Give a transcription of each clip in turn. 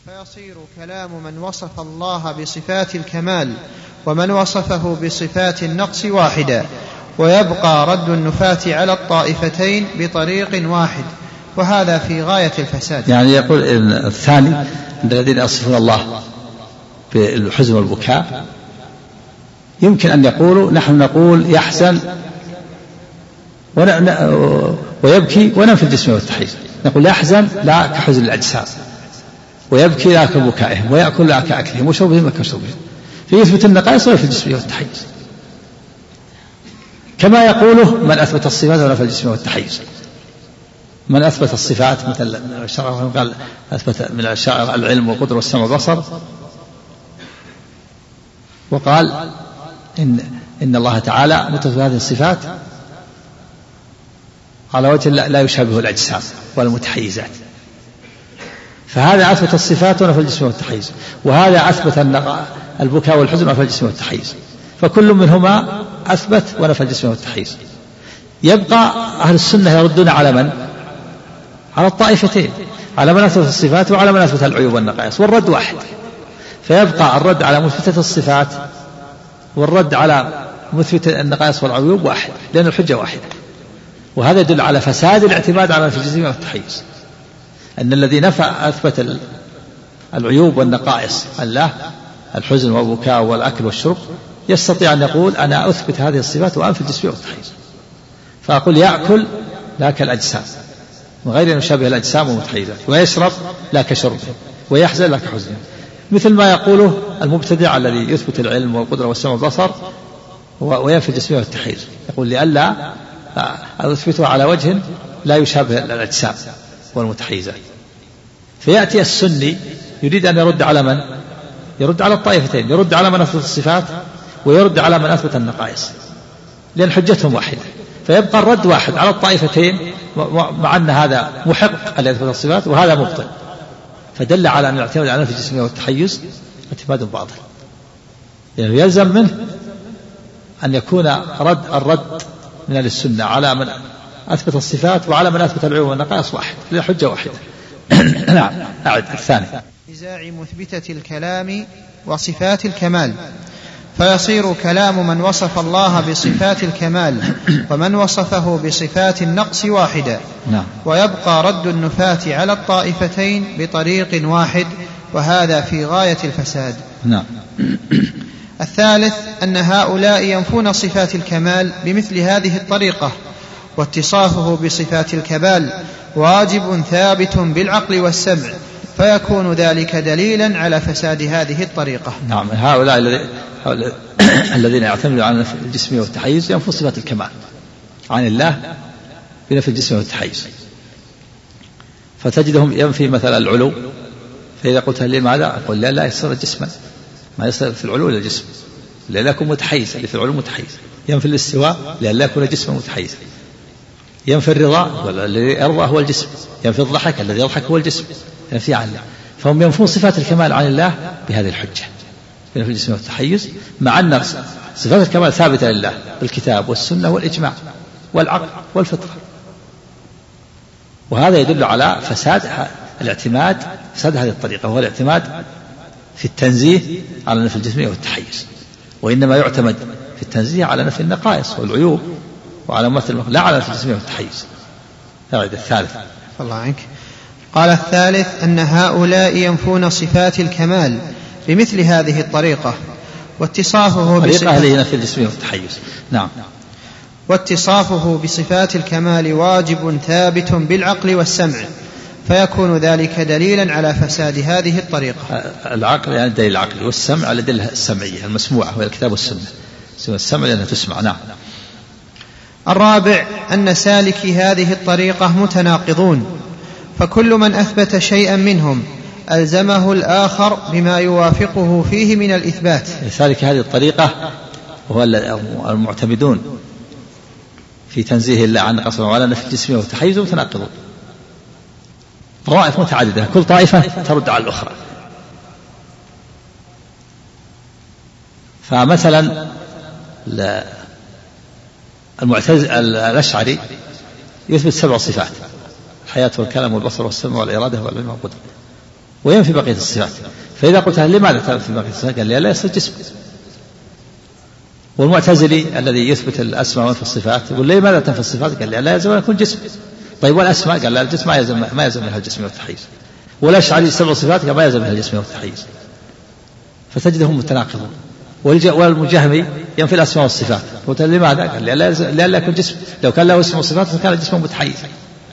فيصير كلام من وصف الله بصفات الكمال ومن وصفه بصفات النقص واحدا، ويبقى رد النفاة على الطائفتين بطريق واحد، وهذا في غاية الفساد. يعني يقول الثاني الذين يصفون الله بالحزن والبكاء يمكن أن يقولوا نحن نقول يحزن ويبكي وننفي الجسم والتحيز، نقول يحزن لا كحزن الأجسام، ويبكي لا كبكائهم، ويأكل لا كأكلهم، وشربهم كشربهم، فيثبت النقائص وينفي الجسم والتحيز، كما يقوله من أثبت الصفات ونفى الجسم والتحيز. من أثبت الصفات مثل الشرع قال أثبت من الأشياء العلم والقدرة والسمع والبصر، وقال إن الله تعالى متصف هذه الصفات على وجه لا يشابه الأجسام والمتحيزات، فهذا أثبت الصفات ونفى الجسم والتحيز، وهذا أثبت البكاء والحزن ونفى الجسم والتحيز، فكل منهما أثبت ونفى الجسم والتحيز. يبقى أهل السنة يردون على من؟ على الطائفتين، على من أثبت الصفات وعلى من أثبت العيوب والنقائص، والرد واحد، فيبقى الرد على مثبتة الصفات والرد على مثبت النقائص والعيوب واحد، لأن الحجة واحدة. وهذا يدل على فساد الاعتماد على نفي الجسم والتحيز، أن الذي نفى أثبت العيوب والنقائص الله الحزن والبكاء والأكل والشرب يستطيع أن يقول أنا أثبت هذه الصفات وأنفي الجسم والتحيز، فأقول يأكل لا كالأجسام وغير أن يشابه الأجسام والمتحيزات، ويشرب لا كشربه، ويحزن لا كحزنه، مثل ما يقوله المبتدع الذي يثبت العلم والقدرة والسمع والبصر وينفي الجسم والتحيز، يقول لئلا أثبته على وجه لا يشابه الأجسام والمتحيزات. فيأتي السني يريد أن يرد على من؟ يرد على الطائفتين، يرد على من أثبت الصفات ويرد على من أثبت النقائص، لأن حجتهم واحدة، فيبقى الرد واحد على الطائفتين، مع أن هذا محق أن يثبت الصفات وهذا مبطل، فدل على أن الاعتماد على نفي الجسم والتحيز اعتماد باطل، يعني يلزم منه أن يكون الرد من أهل السنة على من أثبت الصفات وعلى من أثبت العيوب والنقائص واحد، لا حجة واحدة. نعم. أعد الثاني. نزاع مثبتة الكلام وصفات الكمال، فيصير كلام من وصف الله بصفات الكمال ومن وصفه بصفات النقص واحدا، ويبقى رد النفاة على الطائفتين بطريق واحد، وهذا في غاية الفساد. الثالث أن هؤلاء ينفون صفات الكمال بمثل هذه الطريقة، واتصافه بصفات الكمال واجب ثابت بالعقل والسمع، فيكون ذلك دليلا على فساد هذه الطريقة. نعم. هؤلاء الذين يعتمدون على نفي الجسم والتحيز ينفون صفات الكمال عن الله بنفي الجسم والتحيز، فتجدهم ينفي مثلا العلو، فإذا قلت لماذا؟ أقول لا يصير جسما، ما يصير في العلو إلا جسم، لا يكون متحيز، اللي في العلو متحيز. ينفي الاستواء لا يكون جسما متحيزا. ينفي الرضا، الذي يرضى هو الجسم. ينفي الضحك، الذي يضحك هو الجسم. ينفي عن الله، فهم ينفون صفات الكمال عن الله بهذه الحجة، بنفي الجسم والتحيز، مع أن صفات الكمال ثابتة لله بالكتاب والسنة والإجماع والعقل والفطرة، وهذا يدل على فساد الاعتماد، فساد هذه الطريقة، وهو الاعتماد في التنزيه على نفي الجسم والتحيز، وإنما يعتمد في التنزيه على نفي النقائص والعيوب وعلى مثل لا على نفي الجسم والتحيز. هذا الثالث. الله عنك. قال الثالث أن هؤلاء ينفون صفات الكمال بمثل هذه الطريقة، واتصافه نفي الجسم والتحيز. نعم. واتصافه بصفات الكمال واجب ثابت بالعقل والسمع، فيكون ذلك دليلا على فساد هذه الطريقة. العقل يعني الدليل العقلي، والسمع على الدليل السمعية المسموعة وهي الكتاب والسنة. السمع لأنها تسمع. نعم. الرابع أن سالكي هذه الطريقة متناقضون، فكل من أثبت شيئا منهم ألزمه الآخر بما يوافقه فيه من الإثبات. سالك هذه الطريقة وهو المعتمدون في تنزيه الله عن قصر وعلى نفي الجسم والتحيز متناقضون، طوائف متعددة، كل طائفة ترد على الأخرى. فمثلا الأشعري يثبت 7 صفات: الحياة والكلام والبصر والسمع والإرادة والعلم والقدرة، وينفي بقية الصفات. فإذا قلت لماذا تنفي بقية الصفات؟ قال لا يصير جسم. والمعتزلي الذي يثبت الأسماء وينفي الصفات يقول لي ماذا تنفي الصفات؟ قال لا يلزم أن يكون جسم. طيب والأسماء؟ قال لا الجسم ما يلزم منها الجسم والتحيز. والأشعري 7 صفات قال ما يلزم منها الجسم والتحيز. فتجدهم متناقضون. والمجهمي ينفي الأسماء والصفات. قلت لماذا؟ قال لا يكون جسم، لو كان له اسم وصفات فكان جسم متحيزا.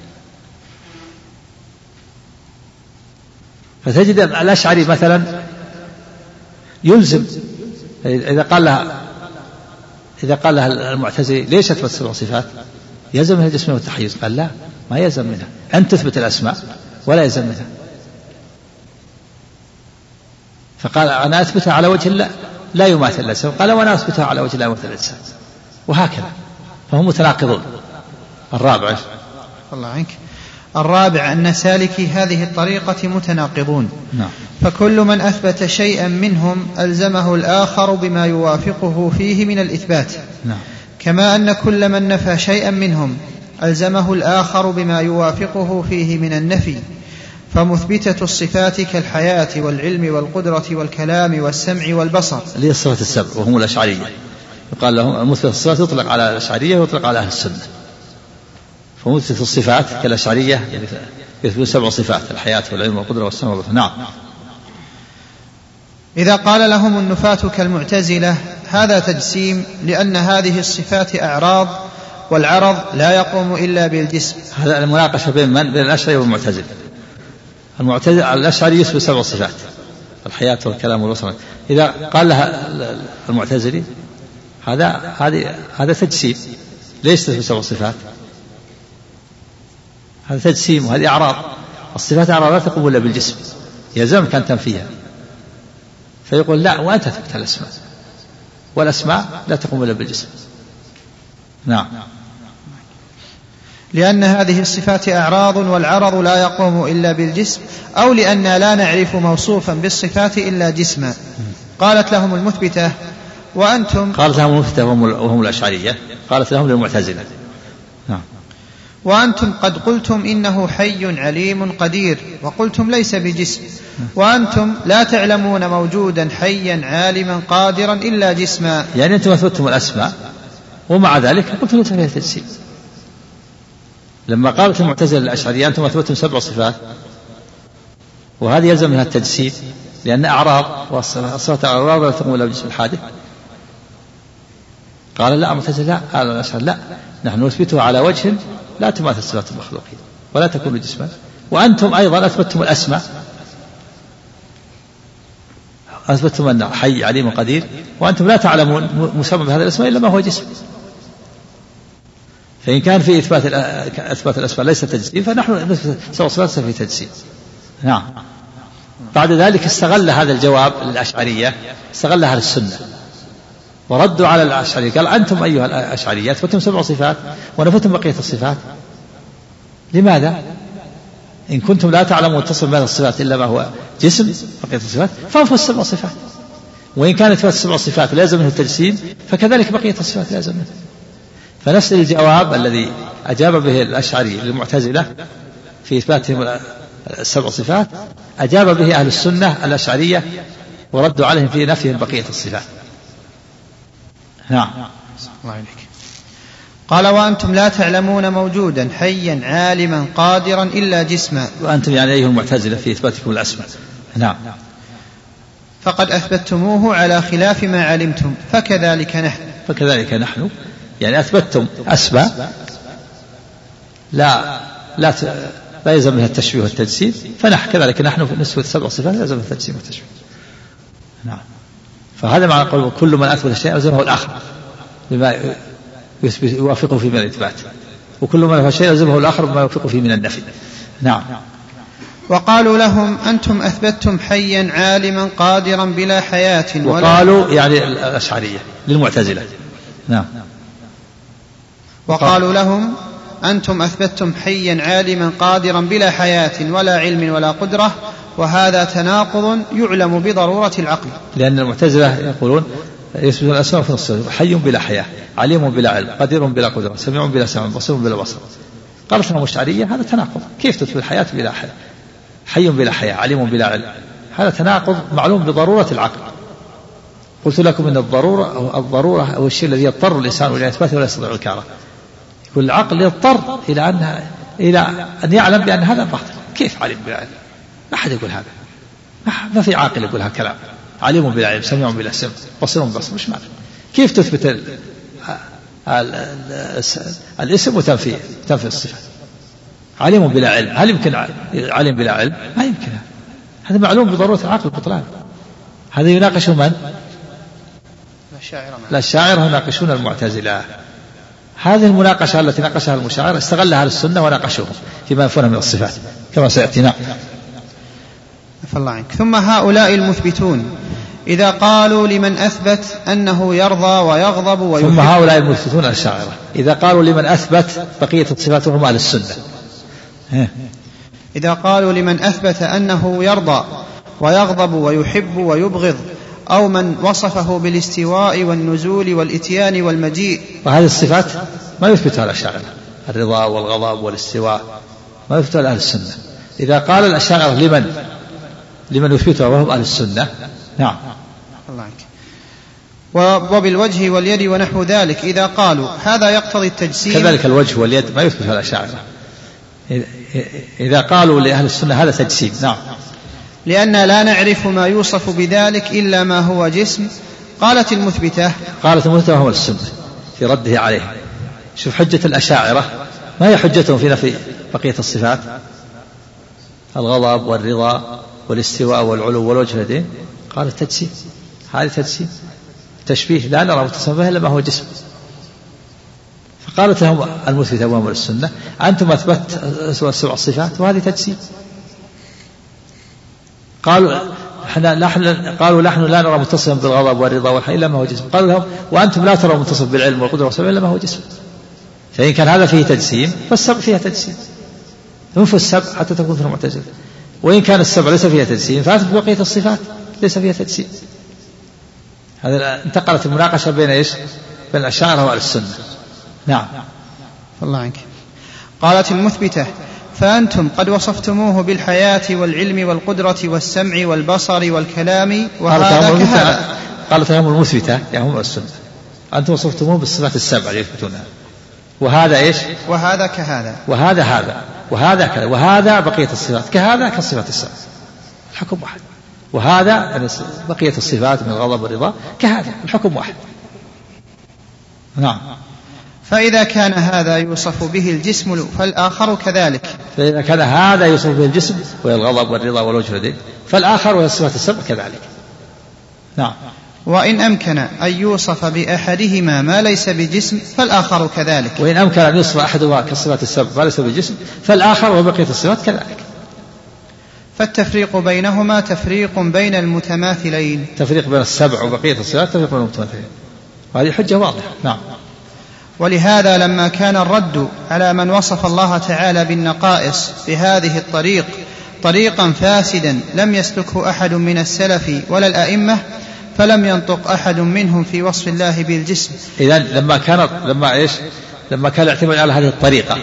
فتجد الأشعري مثلا يلزم إذا قال لها المعتزلي ليش أثبت 7 صفات؟ يلزم منها الجسم والتحيز. قال لا ما يلزم منها، أنت تثبت الأسماء ولا يلزم منها. فقال أنا أثبتها على وجه لا يماثل الأجسام، قال وأنا أثبتها على وجه لا يماثل الأجسام، وهكذا. فهم متناقضون. الرابع الله عنك. الرابع أن سالكي هذه الطريقة متناقضون. نعم. فكل من أثبت شيئا منهم ألزمه الآخر بما يوافقه فيه من الإثبات. نعم. كما أن كل من نفى شيئا منهم ألزمه الآخر بما يوافقه فيه من النفي. فمثبتة الصفات كالحياة والعلم والقدرة والكلام والسمع والبصر اللي هي الصفات السبع وهم الأشعرية. يقال لهم مثبت الصفات يطلق على الأشعرية ويطلق على أهل السنة. فمثبت الصفات كالأشعرية يعني يثبت 7 صفات: الحياة والعلم والقدرة والسمع والبصر. نعم. إذا قال لهم النفاة كالمعتزلة هذا تجسيم، لأن هذه الصفات أعراض، والعرض لا يقوم إلا بالجسم. هذا المناقشة بين الأشعري والمعتزلة. الأشعري يثبت 7 صفات: الحياة والكلام والبصر. إذا قال لها المعتزلي هذا تجسيم، ليش تثبت 7 صفات؟ هذا تجسيم وهذه أعراض. الصفات أعراض لا تقوم إلا بالجسم، يلزم كان تنفيها. فيقول لا، وأنت تثبت الأسماء، والأسماء لا تقوم إلا بالجسم. نعم. لأن هذه الصفات أعراض والعرض لا يقوم إلا بالجسم، أو لأن لا نعرف موصوفا بالصفات إلا جسما. قالت لهم المثبتة وأنتم وهم الأشعرية. قالت لهم للمعتزلة نعم. وأنتم قد قلتم إنه حي عليم قدير، وقلتم ليس بجسم، وأنتم لا تعلمون موجودا حيا عالما قادرا إلا جسما. يعني أنتم أثبتتم الأسماء ومع ذلك قلتم ليس فيها تجسيم. لما قالت المعتزلة الأشعرية أنتم أثبتتم 7 صفات وهذه يلزم منها التجسيم لأن أعراض، والصفات أعراض لا تقوم إلا بالجسم الحادث. قال لا المعتزلة لا، الأشعرية لا، نحن نثبتها على وجه لا تماثل صفات المخلوقين ولا تكون جسما. وأنتم أيضا أثبتتم الأسماء، أثبتتم أن حي عليم قدير، وأنتم لا تعلمون مسمى بهذا الاسم إلا ما هو جسم. فإن كان في إثبات الأسماء ليس تجسيم، فنحن نثبت 7 صفات في تجسيم. نعم. بعد ذلك استغل هذا الجواب للأشعرية، استغل أهل السنة وردوا على الأشعرية. قال أنتم أيها الأشعرية أثبتتم 7 صفات ونفيتم بقية الصفات، لماذا؟ إن كنتم لا تعلمون تصل بين الصفات إلا ما هو جسم بقية الصفات فانفوا 7 صفات. وإن كانت 7 صفات لازم منه التجسيم فكذلك بقية الصفات لازم منه. فنفس الجواب الذي أجاب به الأشعري للمعتزلة في إثباتهم 7 صفات أجاب به أهل السنة الأشعرية وردوا عليهم في نفيهم بقية الصفات. نعم. الله عليك. قال وأنتم لا تعلمون موجودا حيا عالما قادرا إلا جسما. وأنتم يعني أيها المعتزلة في إثباتكم الأسماء. نعم. فقد أثبتموه على خلاف ما علمتم، فكذلك نحن يعني أثبتتم أسماء لا يلزم منها التشبيه والتجسيم، كذلك نحن نثبت 7 صفات لا يلزم منها التجسيم والتشبيه. نعم. فهذا معنى قول كل من أثبت شيئا يلزمه الآخر بما يوافقه فيه من الإثبات، وكل من نفى شيئا يلزمه الآخر بما يوافقه فيه من النفي. نعم. وقالوا لهم أنتم أثبتتم حيا عالما قادرا بلا حياة. وقالوا يعني الأشعرية للمعتزلة. نعم. وقالوا لهم أنتم أثبتتم حيا عالما قادرا بلا حياة ولا علم ولا قدرة، وهذا تناقض يعلم بضرورة العقل. لأن المعتزلة يقولون يثبتون الأسماء في الصفات: حي بلا حياة، عليم بلا علم، قدير بلا قدرة، سميع بلا سمع، بصير بلا بصر. قالت لهم الأشعرية هذا تناقض، كيف تثبت الحياة بلا حياة؟ حي بلا حياة، عليم بلا علم، هذا تناقض معلوم بضرورة العقل. قلت لكم إن الضرورة هو الشيء الذي يضطر الإنسان إلى إثباته ولا يستطيع الإنكاره. يقول العقل يضطر إلى أن يعلم بأن هذا باطل. كيف علم بلا علم؟ ما أحد يقول هذا، ما في عاقل يقول هذا كلام. عليم بلا علم، سميع بلا سمع، بصير بصر، مش معنى. كيف تثبت الاسم وتنفي الصفة؟ عليم بلا علم، هل يمكن علم بلا علم؟ ما يمكن. هذا معلوم بضرورة العقل بطلان. هذا يناقش من؟ لا، الشاعرة يناقشون المعتزلة. هذه المناقشة التي ناقشها المشاعر استغلها أهل السنة وناقشوهم فيما يفون من الصفات كما سيأتينا. فالله عنك. ثم هؤلاء المثبتون إذا قالوا لمن أثبت أنه يرضى ويغضب ويحب. ثم هؤلاء المثبتون الشاعرة إذا قالوا لمن أثبت بقية الصفات هم أهل السنة. إذا قالوا لمن أثبت أنه يرضى ويغضب ويحب ويبغض، أو من وصفه بالاستواء والنزول والإتيان والمجيء. وهذه الصفات ما يثبتها الأشاعرة، الرضا والغضب والاستواء ما يثبتها أهل السنة. إذا قال الأشاعرة لمن يثبتها وهم أهل السنة. نعم. الله عنك. وبالوجه واليد ونحو ذلك إذا قالوا هذا يقتضي التجسيم. كذلك الوجه واليد ما يثبتها الأشاعرة. إذا قالوا لأهل السنة هذا تجسيم. نعم. لأن لا نعرف ما يوصف بذلك إلا ما هو جسم. قالت المثبتة وهم السنة في رده عليه. شوف حجة الأشاعرة ما هي حجتهم في نفي بقية الصفات؟ الغضب والرضا والاستواء والعلو والوجه واليدين. قال التجسيم، هذا تجسيم تشبيه لا نرى متصف به إلا ما هو جسم. فقالت لهم المثبتة وهم السنة أنتم أثبت 7 صفات وهذه تجسيم. قالوا نحن لا نرى متصفا بالغضب والرضا والحي إلا ما هو جسم. قالوا لهم وأنتم لا ترى متصف بالعلم والقدرة والسمع إلا ما هو جسم. فإن كان هذا فيه تجسيم فالسبع فيها تجسيم، تنفوا السبع حتى تكون في المعتزلة. وإن كان السبع ليس فيها تجسيم فأثبت بقية الصفات ليس فيها تجسيم. هذا انتقلت المناقشة بين بين الأشاعرة وأهل السنة. نعم. الله عنك. قالت المثبتة فأنتم قد وصفتموه بالحياة والعلم والقدرة والسمع والبصر والكلام وهذا كهذا. قالت لهم المثبتة يا هم السنة أنتم وصفتموه بالصفات السبع يثبتونها، وهذا وهذا كهذا، وهذا هذا، وهذا كذا، وهذا بقية الصفات كهذا كالصفات السبع، الحكم واحد. وهذا يعني بقية الصفات من الغضب والرضا كهذا، الحكم واحد. نعم. فإذا كان هذا يوصف به الجسم فالآخر كذلك. فإذا كان هذا يوصف به الجسم وهي الغضب والرضا والوجه واليدين فالآخر وهي الصفات السبع كذلك. نعم. وإن أمكن أن يوصف بأحدهما ما ليس بجسم فالآخر كذلك. وإن أمكن أن يوصف أحدهما كالصفات السبع ما ليس بجسم فالآخر وبقية الصفات كذلك. فالتفريق بينهما تفريق بين المتماثلين. تفريق بين السبع وبقية الصفات تفريق بين المتماثلين، وهذه حجة واضحة. نعم. ولهذا لما كان الرد على من وصف الله تعالى بالنقائص بهذه الطريق طريقا فاسدا لم يسلكه أحد من السلف ولا الأئمة، فلم ينطق أحد منهم في وصف الله بالجسم. إذن لما كان الاعتماد على هذه الطريقة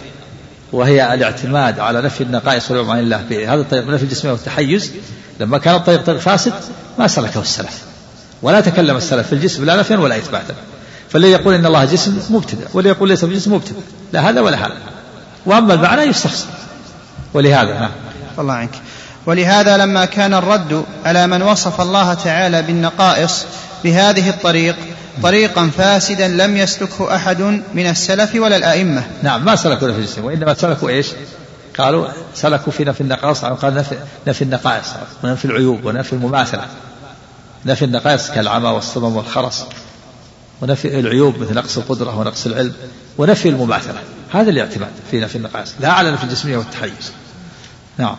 وهي الاعتماد على نفي النقائص والعلوم عن الله بهذا الطريق نفي الجسمية والتحيز، لما كان الطريق طريق فاسد ما سلكه السلف ولا تكلم السلف في الجسم لا نفيا ولا إثباتا. فالذي يقول إن الله جسم مبتدع والذي يقول ليس بجسم مبتدع، لا هذا ولا هذا، وأما المعنى يستفسر. ولهذا الله عنك. ولهذا لما كان الرد على من وصف الله تعالى بالنقائص بهذه الطريق طريقا فاسدا لم يسلكه أحد من السلف ولا الأئمة. نعم، ما سلكوا في الجسم، وإنما سلكوا قالوا سلكوا في نفي النقائص، قال نفي النقائص ونفي العيوب ونفي المماثلة. نفي النقائص كالعمى والصمم والخرس، ونفي العيوب مثل نقص القدرة ونقص العلم، ونفي المماثلة. هذا الاعتماد في نفي النقائص، لا على نفي الجسمية والتحيز. نعم.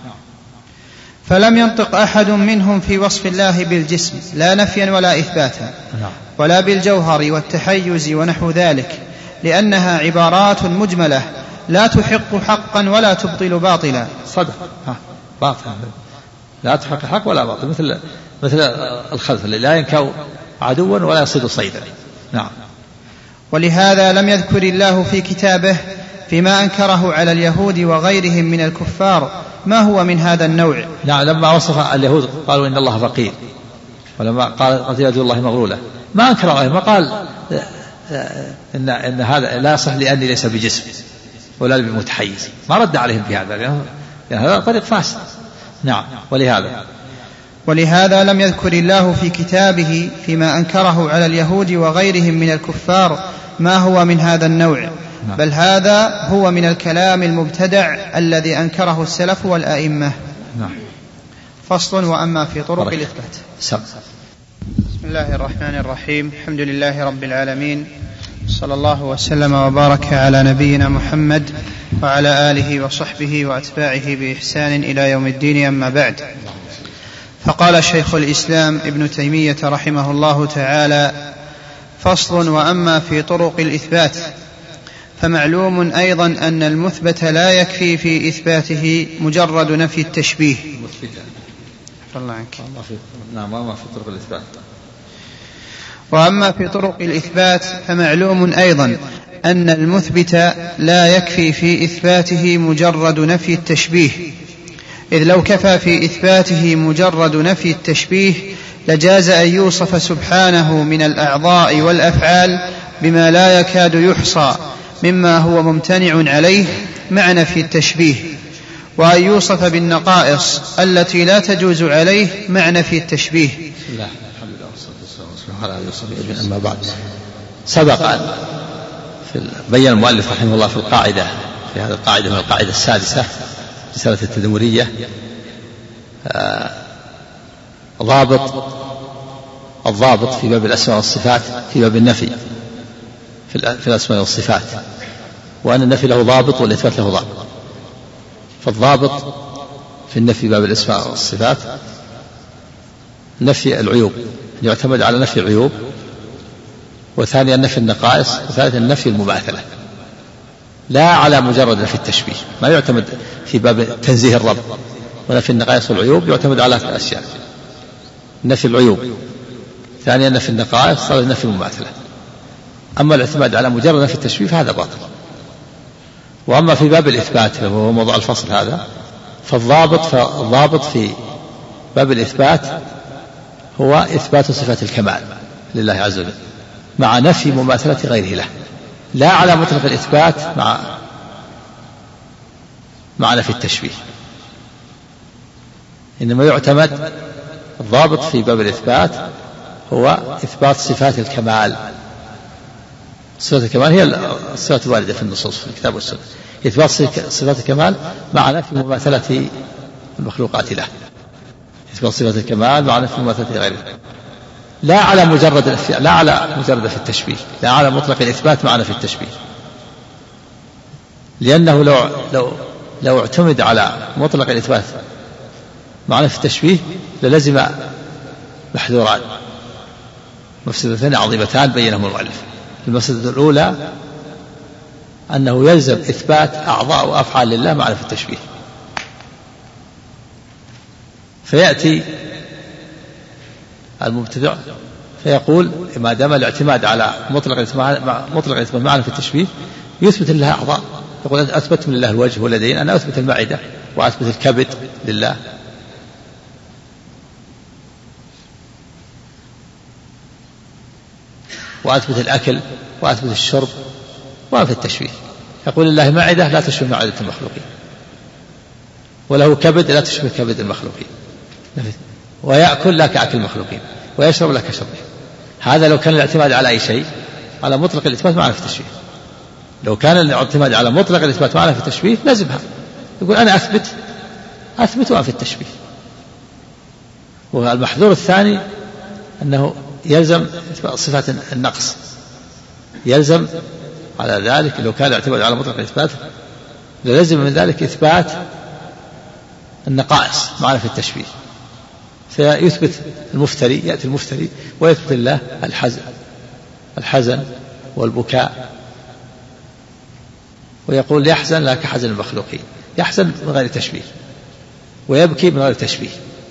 فلم ينطق أحد منهم في وصف الله بالجسم لا نفيا ولا إثباتا، ولا بالجوهر والتحيز ونحو ذلك، لأنها عبارات مجملة لا تحق حقا ولا تبطل باطلا. صدق. باطل لا تحق حق ولا باطل، مثل الخلف اللي لا ينكو عدوا ولا يصيد صيدا. نعم. ولهذا لم يذكر الله في كتابه فيما أنكره على اليهود وغيرهم من الكفار ما هو من هذا النوع؟ نعم، لما وصف اليهود قالوا إن الله فقير، ولما قال يد الله مغلولة ما أنكر عليهم، ما قال إن هذا لا يصح لأني ليس بجسم ولا بمتحيز، ما رد عليهم في هذا لأن هذا طريق فاسد. نعم، ولهذا لم يذكر الله في كتابه فيما أنكره على اليهود وغيرهم من الكفار ما هو من هذا النوع، بل هذا هو من الكلام المبتدع الذي أنكره السلف والأئمة. فصل. وأما في طرق الإثبات. بسم الله الرحمن الرحيم. الحمد لله رب العالمين، صلى الله وسلم وبارك على نبينا محمد وعلى آله وصحبه وأتباعه بإحسان إلى يوم الدين. أما بعد، فقال شيخ الإسلام ابن تيمية رحمه الله تعالى: فصل. وأما في طرق الإثبات فمعلوم أيضا أن المثبت لا يكفي في إثباته مجرد نفي التشبيه. وأما في طرق الإثبات فمعلوم أيضا أن المثبت لا يكفي في إثباته مجرد نفي التشبيه، إذ لو كفى في إثباته مجرد نفي التشبيه لجاز أن يوصف سبحانه من الأعضاء والأفعال بما لا يكاد يحصى مما هو ممتنع عليه مع نفي التشبيه، وأن يوصف بالنقائص التي لا تجوز عليه مع نفي التشبيه. أما بعد، سبق أن بين المؤلف رحمه الله في القاعدة، في هذه القاعدة من القاعدة السادسة رسالة التدمرية، الضابط في باب الأسماء والصفات في باب النفي في الأسماء والصفات، وأن النفي له ضابط والإثبات له ضابط. فالضابط في النفي باب الأسماء والصفات نفي العيوب، يعتمد على نفي العيوب، وثانيا نفي النقائص، وثالثا نفي المماثلة، لا على مجرد نفي التشبيه. ما يعتمد في باب تنزيه الرب ونفي النقائص والعيوب، يعتمد على أشياء: نفي العيوب، ثانيا نفي النقائص، ثالثا نفي المماثلة. أما الاعتماد على مجرد نفي التشبيه فهذا باطل. وأما في باب الإثبات وهو موضوع الفصل هذا، فالضابط في باب الإثبات هو إثبات صفة الكمال لله عز وجل مع نفي مماثلة غيره له، لا على مطلق الإثبات مع نفي التشبيه. إنما يعتمد الضابط في باب الإثبات هو إثبات صفات الكمال. صفات الكمال هي الصفات الواردة في النصوص في الكتاب والسنة، إثبات صفات الكمال مع نفي مماثلة المخلوقات له، إثبات صفات الكمال مع نفي مماثلة غيره، لا على مجرد في التشبيه، لا على مطلق الإثبات مع نفي التشبيه. لأنه لو اعتمد على مطلق الإثبات مع نفي التشبيه للزم محذوران، مفسدتان عظيمتان بينهم المؤلف. المفسدة الأولى أنه يلزم إثبات أعضاء وأفعال لله مع نفي التشبيه، فيأتي المبتدع فيقول ما دام الاعتماد على مطلق الإثبات مع نفي التشبيه يثبت لله أعضاء، يقول أثبت لله الوجه واليدين، أنا أثبت المعدة وأثبت الكبد لله، وأثبت الأكل وأثبت الشرب وأثبت التشبيه. يقول لله معدة لا تشبه معدة المخلوقين، وله كبد لا تشبه كبد المخلوقين، ويأكل لا كأكل المخلوقين، ويشرب لا كشربه. هذا لو كان الاعتماد على أي شيء على مطلق الإثبات مع نفي التشبيه. لو كان الاعتماد على مطلق الإثبات مع نفي التشبيه لازمها، يقول أنا أثبت وأنفي التشبيه. والمحذور الثاني أنه يلزم صفات النقص، يلزم على ذلك لو كان الاعتماد على مطلق الإثبات لازم من ذلك إثبات النقائص مع نفي التشبيه. فيثبت المفتري، يأتي المفتري ويثبت الله الحزن والبكاء، ويقول يحزن لا كحزن المخلوقين، يحزن من غير تشبيه ويبكي من غير تشبيه.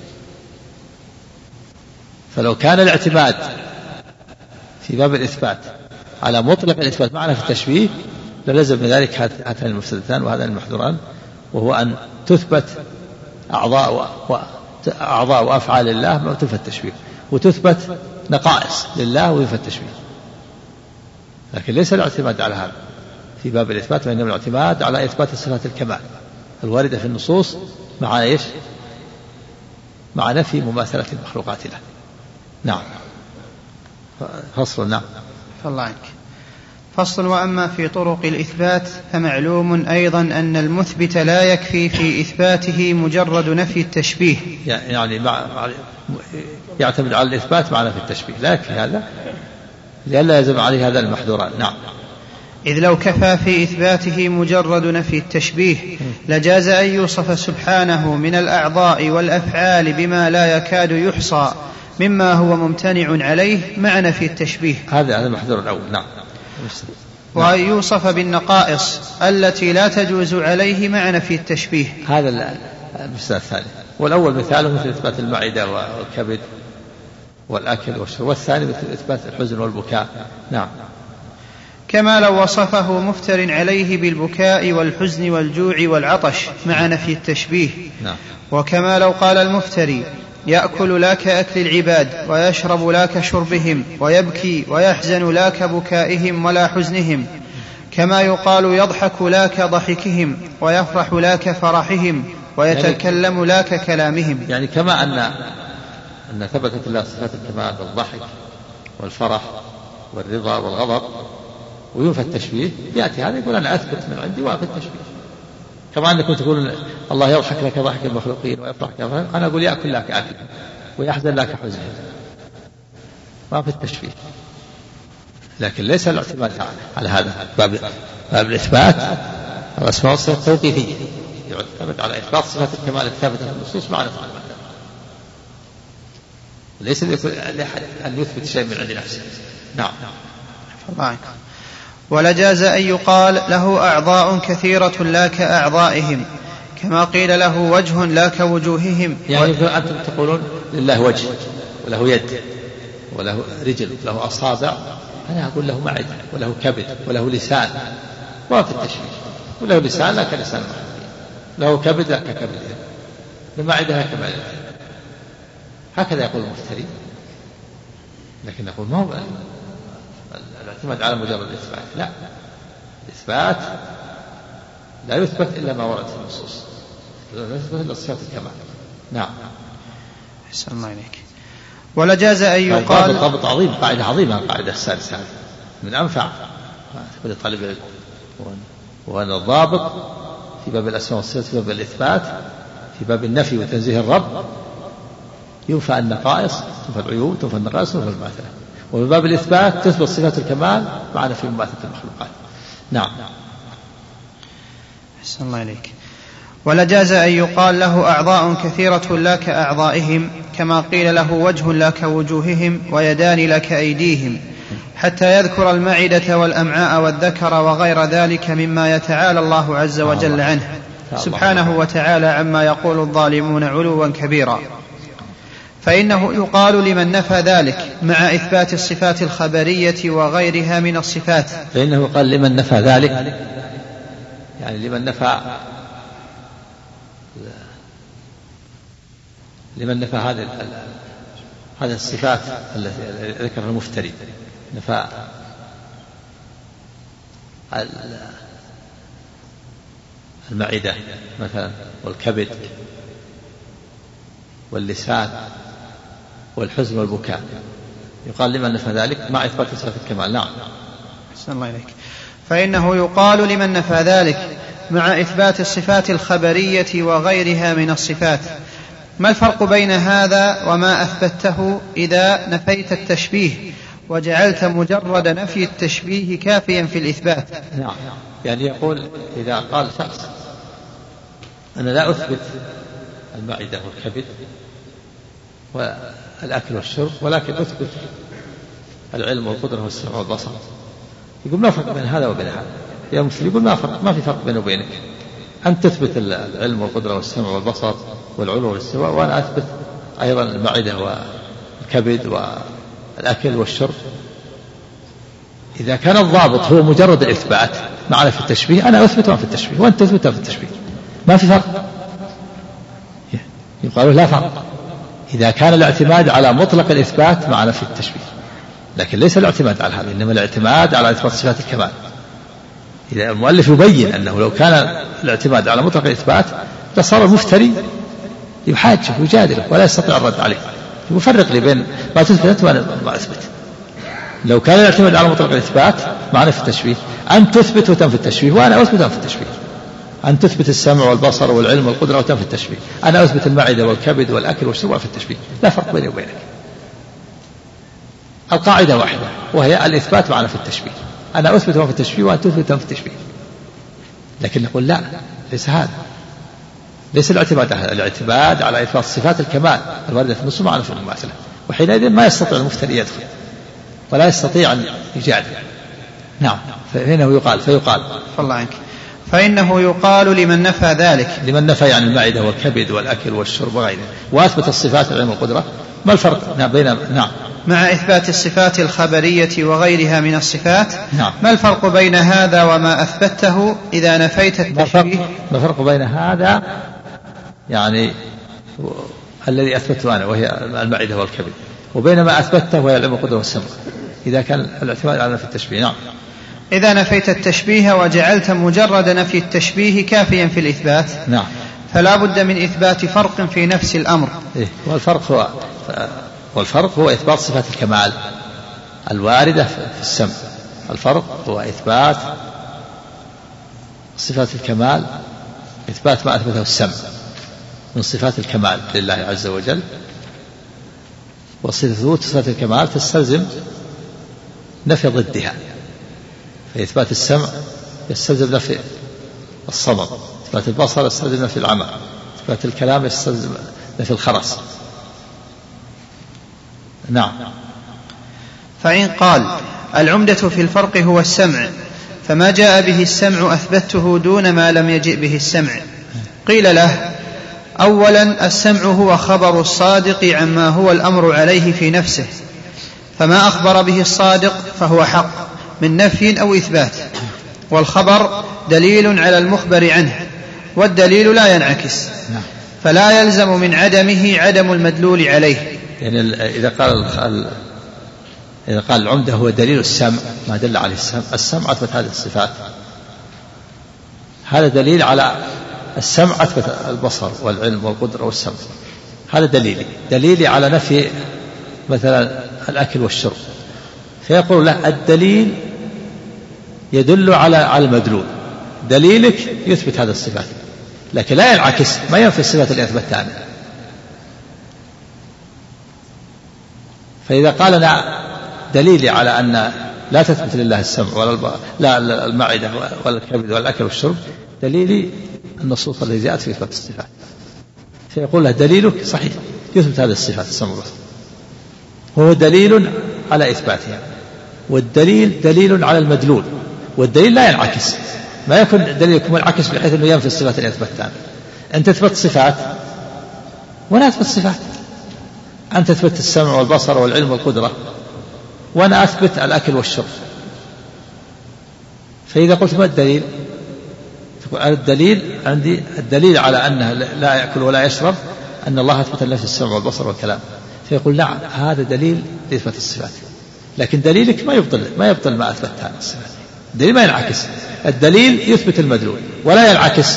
فلو كان الاعتماد في باب الإثبات على مطلق الإثبات مع نفي التشبيه للزم من ذلك هاتان المفسدتان وهذان المحذوران، وهو أن تثبت أعضاء وأفعال الله ما تنفى التشبيه، وتثبت نقائص لله وينفى التشبيه. لكن ليس الاعتماد على هذا في باب الإثبات، وإنما الاعتماد على إثبات صفات الكمال الواردة في النصوص مع إيش؟ مع نفي مماثلة المخلوقات له. نعم. فصل. نعم. الله عنك. فصل. وأما في طرق الإثبات فمعلوم أيضا أن المثبت لا يكفي في إثباته مجرد نفي التشبيه، يعني يعتمد على الإثبات مع نفي التشبيه، لا يكفي هذا لئلا يلزم عليه هذا المحذوران. نعم. إذ لو كفى في إثباته مجرد نفي التشبيه لجاز أن يوصف سبحانه من الأعضاء والأفعال بما لا يكاد يحصى مما هو ممتنع عليه مع نفي التشبيه. هذا المحذور الأول. نعم. وأن يوصف بالنقائص التي لا تجوز عليه مع نفي التشبيه. هذا المثال الثاني. والأول مثاله مثل إثبات المعدة والكبد والأكل والشرب، والثاني مثل إثبات الحزن والبكاء. نعم. كما لو وصفه مفتر عليه بالبكاء والحزن والجوع والعطش مع نفي التشبيه. نعم. وكما لو قال المفتري يأكل لا كأكل العباد ويشرب لا كشربهم ويبكي ويحزن لا كبكائهم ولا حزنهم، كما يقال يضحك لا كضحكهم ويفرح لا كفرحهم ويتكلم لا ككلامهم. يعني كما أن ثبتت الله صفات الكمال والضحك والفرح والرضا والغضب وينفى التشبيه، يأتي هذا يقول أنا أثبت من عندي وأنفى التشبيه. كما أنكم تقولون الله يضحك لك ضحك المخلوقين ويفرح كفرح، أنا أقول يأكل لك أكل ويحزن لك حزن، ما في التشبيه. لكن ليس الاعتماد على هذا باب الإثبات. الأسماء والصفات توقيفية، يعتمد على إثبات صفات الكمال الثابتة في النصوص مع نفي المعنى، ليس لأحد أن يثبت شيء من عند نفسه. نعم. ولجاز أن يقال له أعضاء كثيرة لا كأعضائهم، كما قيل له وجه لا كوجوههم. يعني أنتم تقولون لله وجه وله يد وله رجل وله أصابع، أنا أقول له معدة وله كبد وله لسان، ما في التشبيه. وله لسان لا كلسان المخلوقين، له كبد لا ككبدهم، المعدة لا كمعدتهم، هكذا يقول المفتري. لكن نقول ما هو الاعتماد على مجرد الإثبات، لا، الإثبات لا يثبت إلا ما ورد في النصوص، لا يثبت إلا صفات الكمال. نعم. أحسن الله إليك. ولجاز أن يقال ضابط عظيم، قاعدة عظيمة، القاعدة السادسة من أنفع تقول طالب العلم، وأن الضابط في باب الأسماء والصفات في باب الإثبات في باب النفي وتنزيه الرب ينفى النقائص، تنفى العيوب، تنفى النقائص، تنفى المماثلة. وفي باب الإثبات تثبت صفات الكمال مع نفي مماثلة المخلوقات. نعم. أحسن الله إليك. ولجاز أن يقال له أعضاء كثيرة لا كأعضائهم، كما قيل له وجه لا كوجوههم ويدان لا كأيديهم، حتى يذكر المعدة والأمعاء والذكر وغير ذلك مما يتعالى الله عز وجل عنه سبحانه وتعالى عما يقول الظالمون علوا كبيرا. فإنه يقال لمن نفى ذلك مع إثبات الصفات الخبرية وغيرها من الصفات. فإنه يقال لمن نفى ذلك، يعني لمن نفى هذه الصفات التي ذكرها المفتري، نفى المعدة مثلا والكبد واللسان والحزن والبكاء، يقال لمن نفى ذلك مع إثبات صفات الكمال. نعم. أحسن الله إليك. فإنه يقال لمن نفى ذلك مع إثبات الصفات الخبرية وغيرها من الصفات. ما الفرق بين هذا وما أثبته إذا نفيت التشبيه وجعلت مجرد نفي التشبيه كافيا في الإثبات؟ نعم. يعني يقول إذا قال شخص أنا لا أثبت المعدة والكبد والأكل والشرب، ولكن أثبت العلم والقدرة والسمع والبصر، يقول ما فرق بين هذا وبين هذا يا مسلم؟ يقول ما في فرق بينه وبينك، أنت تثبت العلم والقدرة والسمع والبصر والعلو والاستواء، وأنا أثبت أيضا المعدة والكبد والأكل والشرب. إذا كان الضابط هو مجرد الإثبات معنا في التشبيه، أنا أثبت في التشبيه وأنت تثبت في التشبيه، ما في فرق. يقال لا فرق إذا كان الاعتماد على مطلق الإثبات معنا في التشبيه، لكن ليس الاعتماد على هذا، إنما الاعتماد على إثبات صفات الكمال. إذا المؤلف يبين أنه لو كان الاعتماد على مطلق الإثبات لصار المفتري يحاجه ويجادله ولا يستطيع الرد عليه، يفرق لي بين ما تثبت وما أثبت. لو كان الاعتماد على مطلق الإثبات معنا في التشبيه، أن تثبت وتنفي التشبيه وأنا أثبت في التشبيه، أن تثبت السمع والبصر والعلم والقدرة وتنفي التشبيه، أنا أثبت المعدة والكبد والأكل والشرب في التشبيه، لا فرق بيني وبينك. القاعدة واحدة وهي الإثبات معنا في التشبيه، أنا أثبت في التشبيه وأن تثبت في التشبيه. لكن نقول لا، ليس هذا، ليس الاعتماد على إثبات صفات الكمال الواردة في النصوص معنا في المماثلة، وحينئذ ما يستطيع المفتري يدخل ولا يستطيع أن يجادل. نعم، فإنه يقال الله عنك، فإنه يقال لمن نفى ذلك، لمن نفى يعني المعدة والكبد والأكل والشرب وغيره وأثبت الصفات العلم والقدرة. ما الفرق بين مع إثبات الصفات الخبرية وغيرها من الصفات؟ نعم. ما الفرق بين هذا وما أثبته إذا نفيت التشبيه؟ ما الفرق بين هذا يعني الذي أثبته أنا وهي المعدة والكبد، وبين ما أثبته وهي العلم والقدرة والسمع، إذا كان الاعتماد على نفي التشبيه؟ نعم. إذا نفيت التشبيه وجعلت مجرد نفي التشبيه كافيا في الإثبات، نعم، فلا بد من إثبات فرق في نفس الأمر. والفرق هو إثبات صفات الكمال الواردة في السمع. الفرق هو إثبات صفات الكمال، إثبات ما أثبته السمع من صفات الكمال لله عز وجل. وثبوت صفات الكمال تستلزم نفي ضدها، فإثبات السمع يستلزم نفي الصمم، إثبات البصر يستلزم نفي العمى، إثبات الكلام يستلزم نفي الخرس. نعم. فإن قال العمدة في الفرق هو السمع، فما جاء به السمع أثبته دون ما لم يجئ به السمع، قيل له: أولا السمع هو خبر الصادق عما هو الأمر عليه في نفسه، فما أخبر به الصادق فهو حق من نفي أو إثبات، والخبر دليل على المخبر عنه، والدليل لا ينعكس، فلا يلزم من عدمه عدم المدلول عليه. يعني إذا قال العمدة هو دليل السمع ما دل عليه السمع أثبت هذه الصفات، هذا دليل على السمع أثبت البصر والعلم والقدرة والسمع، هذا دليلي على نفي مثلا الأكل والشرب. فيقول له الدليل يدل على المدلول، دليلك يثبت هذه الصفات، لكن لا ينعكس، ما ينفي الصفات اللي أثبتها. فإذا قال أنا دليلي على أن لا تثبت لله السمع ولا لا المعدة ولا الكبد ولا الأكل والشرب، دليلي النصوص التي جاءت في إثبات الصفات. فيقول له دليلك صحيح يثبت هذه الصفات السمع والبصر، هو دليل على إثباتها، والدليل دليل على المدلول، والدليل لا ينعكس، ما يكون دليلك منعكس بحيث أنه ينفي الصفات اللي أثبتها. أنت تثبت صفات وأنا أثبت صفات، أنت تثبت السمع والبصر والعلم والقدرة وأنا أثبت الأكل والشرب. فإذا قلت ما الدليل؟ تقول الدليل عندي الدليل على أنه لا يأكل ولا يشرب أن الله أثبت لنفسه السمع والبصر والكلام. فيقول نعم هذا دليل لإثبات الصفات، لكن دليلك ما يبطل ما أثبت هذه الصفات، الدليل ما ينعكس، الدليل يثبت المدلول ولا ينعكس.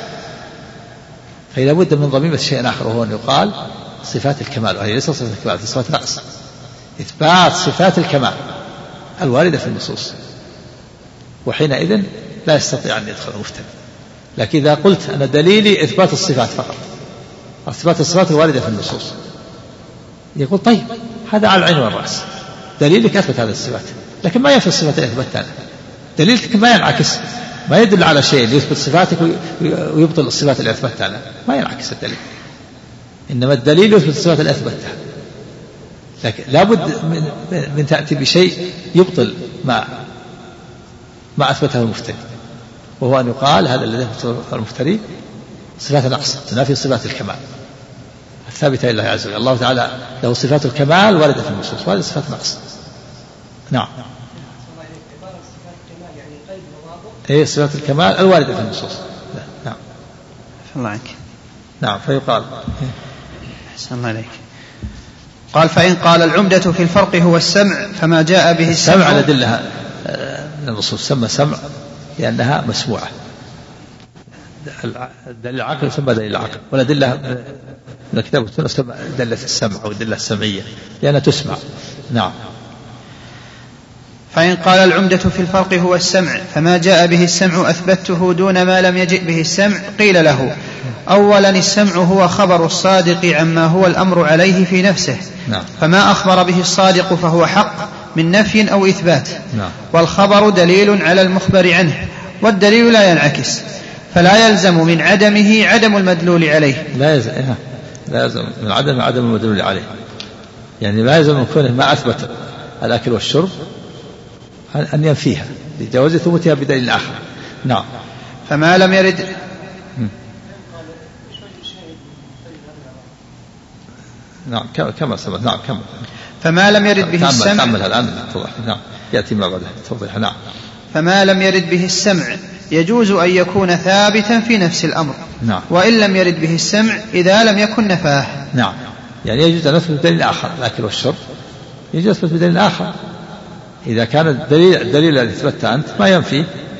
فإذا بد من ضميمة شيء آخر، وهو أن يقال صفات الكمال، وهي ليست صفات الكمال، صفات نقص، إثبات صفات الكمال الواردة في النصوص، وحينئذ لا يستطيع أن يدخل المفتن. لكن إذا قلت أنا دليلي إثبات الصفات فقط، إثبات الصفات الواردة في النصوص، يقول طيب هذا على العين والرأس، دليلك أثبت هذه الصفات، لكن ما ينفي الصفات اللي أثبتها، دليلك ما ينعكس، ما يدل على شيء يثبت صفاتك ويبطل الصفات اللي أثبتها، ما ينعكس الدليل، إنما الدليل يثبت الصفات اللي أثبتها. لكن لابد من تأتي بشيء يبطل ما أثبته المفتري، وهو أن يقال هذا الذي أثبته المفتري صفات نقص تنافي صفات الكمال الثابتة لله عز وجل. الله تعالى له صفات الكمال واردة في النصوص، وهذه صفات نقص. نعم. هي صفات الكمال الواردة في النصوص. نعم. الله عنك. نعم. فيقال أحسن الله عليك. قال فإن قال العمدة في الفرق هو السمع فما جاء به السمع على دلها من النصوص سمى سمع لأنها مسموعة. دليل العقل يسمى دليل العقل، والأدلة من الكتاب والسنة تسمى دلة السمع أو الدلة السمعية لأنها تسمع. نعم. فإن قال العمدة في الفرق هو السمع فما جاء به السمع أثبته دون ما لم يجئ به السمع، قيل له أولا السمع هو خبر الصادق عما هو الأمر عليه في نفسه. نعم. فما أخبر به الصادق فهو حق من نفي أو إثبات. نعم. والخبر دليل على المخبر عنه، والدليل لا ينعكس، فلا يلزم من عدمه عدم المدلول عليه. لا يلزم من عدم المدلول عليه، يعني لا يلزم من كونه ما أثبت الأكل والشرب أن ينفيها لجواز ثبوتها بدليل آخر. نعم. فما لم يرد نعم كما سبق. نعم كما فما لم يرد به السمع تعمل الآن توضح. نعم يأتي ما بعده توضح. نعم. فما لم يرد به السمع يجوز أن يكون ثابتا في نفس الأمر. نعم. وإن لم يرد به السمع إذا لم يكن نفاه. نعم. يعني يجوز أن نثبت بدليل آخر الأكل والشرب، يجوز أن نثبت بدليل آخر إذا كان الدليل الذي اثبته أنت ما ينفي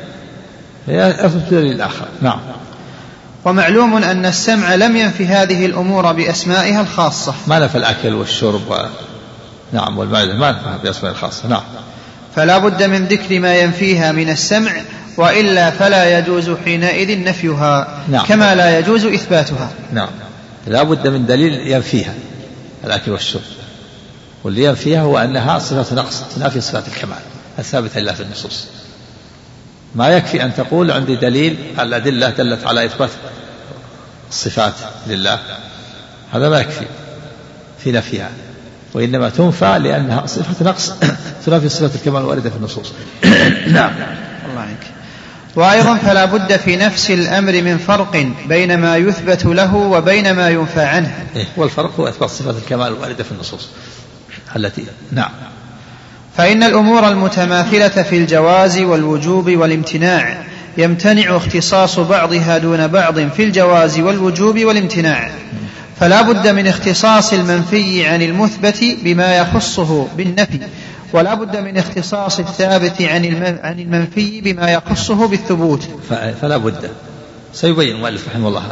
يثبت بدليل آخر. نعم. ومعلوم أن السمع لم ينفي هذه الأمور بأسمائها الخاصة. ما نفى الأكل والشرب نعم والمعدة ما نفى بأسمائها الخاصة. نعم. فلا بد من ذكر ما ينفيها من السمع، وإلا فلا يجوز حينئذ نفيها. نعم. كما لا يجوز إثباتها. نعم. لا بد من دليل ينفيها الأكل والشرب، واللي ينفيها هو أنها صفة نقص تنافي صفات الكمال الثابتة لله في النصوص. ما يكفي أن تقول عندي دليل الأدلة دلت على إثبات الصفات لله، هذا ما يكفي في نفيها، وإنما تنفى لأنها صفة نقص تنافي صفات الكمال الواردة في النصوص. نعم. الله عنك. وأيضا فلا بد في نفس الأمر من فرق بين ما يثبت له وبين ما ينفى عنه. والفرق هو إثبات صفات الكمال الواردة في النصوص التي. نعم. فإن الأمور المتماثلة في الجواز والوجوب والامتناع يمتنع اختصاص بعضها دون بعض في الجواز والوجوب والامتناع، فلا بد من اختصاص المنفي عن المثبت بما يخصه بالنفي، ولا بد من اختصاص الثابت عن المنفي بما يخصه بالثبوت. فلا بد سيبين المؤلف رحمه الله